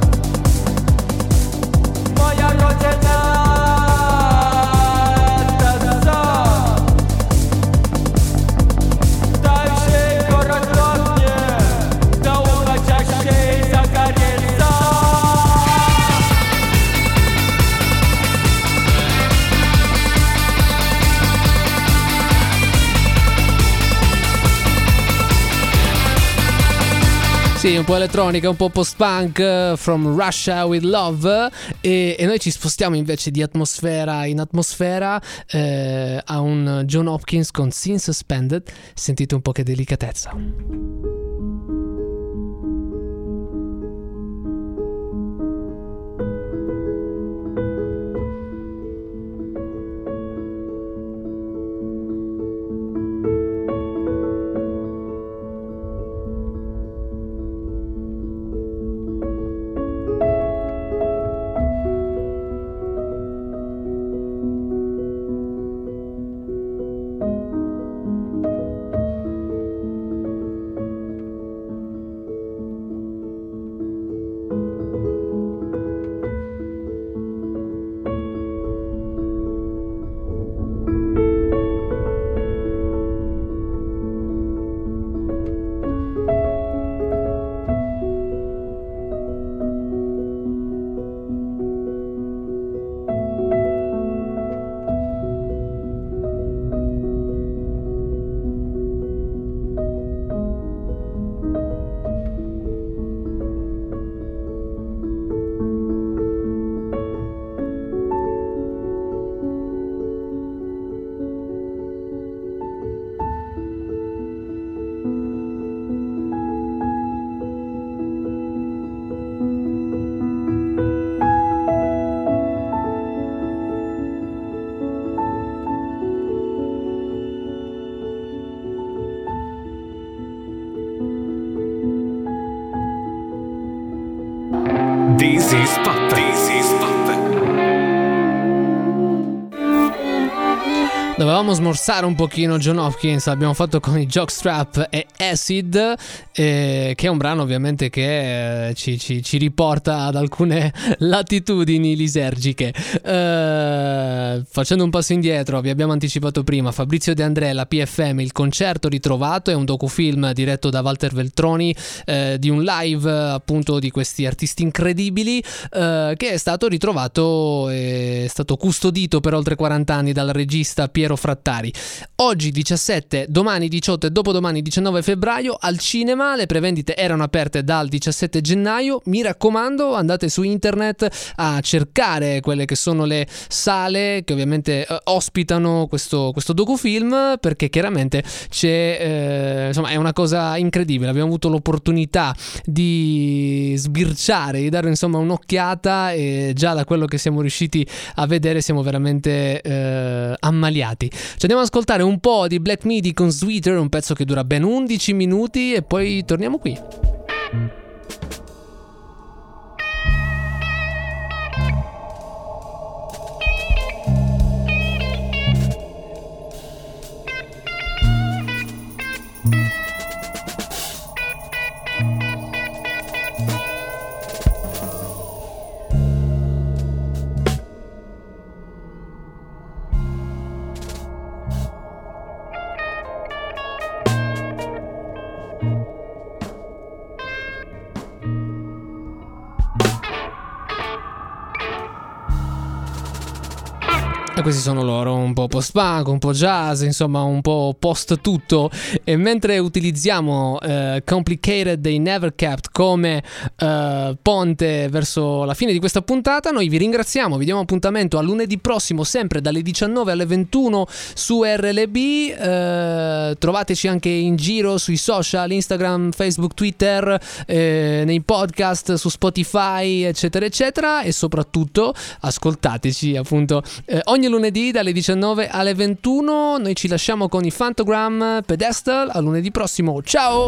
Моя родина — это сон. Дальше город мне до уходящей загорится. Sì, un po' elettronica, un po' post-punk, From Russia with Love, e, e noi ci spostiamo invece di atmosfera in atmosfera eh, a un John Hopkins con Sin Suspended. Sentite un po' che delicatezza. This is Pop. This is Pop. Dovevamo smorzare un pochino John Hopkins, l'abbiamo fatto con i Jockstrap e Acid, eh, che è un brano ovviamente che eh, ci, ci, ci riporta ad alcune latitudini lisergiche. Eh, facendo un passo indietro, vi abbiamo anticipato prima Fabrizio De André, la P F M, il concerto ritrovato, è un docufilm diretto da Walter Veltroni, eh, di un live appunto di questi artisti incredibili, eh, che è stato ritrovato, è stato custodito per oltre quaranta anni dal regista Piero Frattari. Oggi diciassette, domani diciotto e dopodomani diciannove febbraio al cinema. Le prevendite erano aperte dal diciassette gennaio. Mi raccomando, andate su internet a cercare quelle che sono le sale che ovviamente eh, ospitano questo, questo docufilm, perché chiaramente c'è eh, insomma è una cosa incredibile. Abbiamo avuto l'opportunità di sbirciare, di dare insomma un'occhiata, e già da quello che siamo riusciti a vedere siamo veramente eh, ammaliati. Ci andiamo ad ascoltare un po' di Black Midi con Sweeter, un pezzo che dura ben undici minuti, e poi torniamo qui. E questi sono loro, un po' post-punk, un po' jazz, insomma un po' post tutto. E mentre utilizziamo uh, Complicated dei Never Kept come uh, ponte verso la fine di questa puntata, noi vi ringraziamo, vi diamo appuntamento a lunedì prossimo, sempre dalle diciannove alle ventuno su R L B. Uh, trovateci anche in giro sui social, Instagram, Facebook, Twitter, eh, nei podcast, su Spotify, eccetera eccetera, e soprattutto ascoltateci appunto eh, ogni lunedì dalle diciannove alle ventuno. Noi ci lasciamo con i Phantogram Pedestal. A lunedì prossimo, ciao.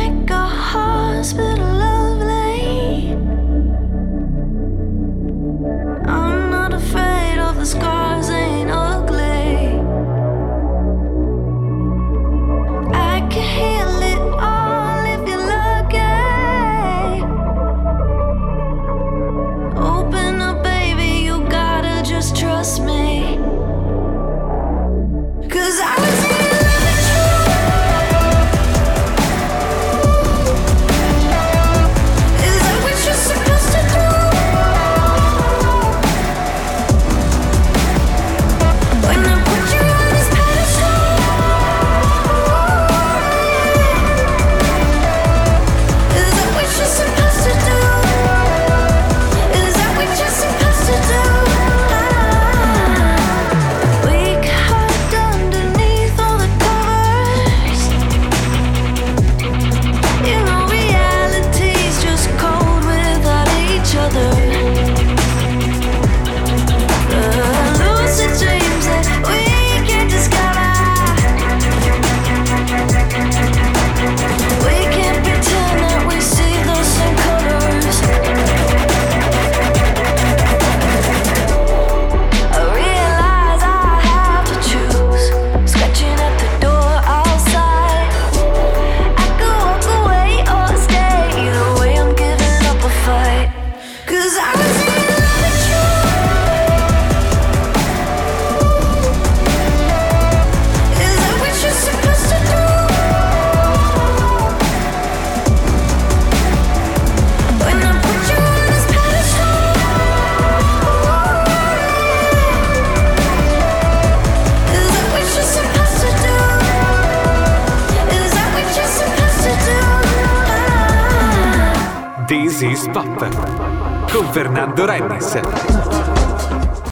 I'm not afraid of the scars, ain't ugly. I can heal it all if you're lucky. Open up, baby, you gotta just trust me. 'Cause I was in love with you. Is that what you're supposed to do? When I put you on this pedestal, is that what you're supposed to do? Is that what you're supposed to do? We cut underneath all the covers. You know reality's just cold without each other. The lucid dreams that we can't discover. We can't pretend that we see the same colors. I realize I have to choose, scratching at the door outside. I could walk away or stay, either way I'm giving up a fight. 'Cause I was in love with you. Is that what you're supposed to do? When I put you on this pedestal, is that what you're supposed to do? Is that what you're supposed to do? This is Pop con Fernando Rennes.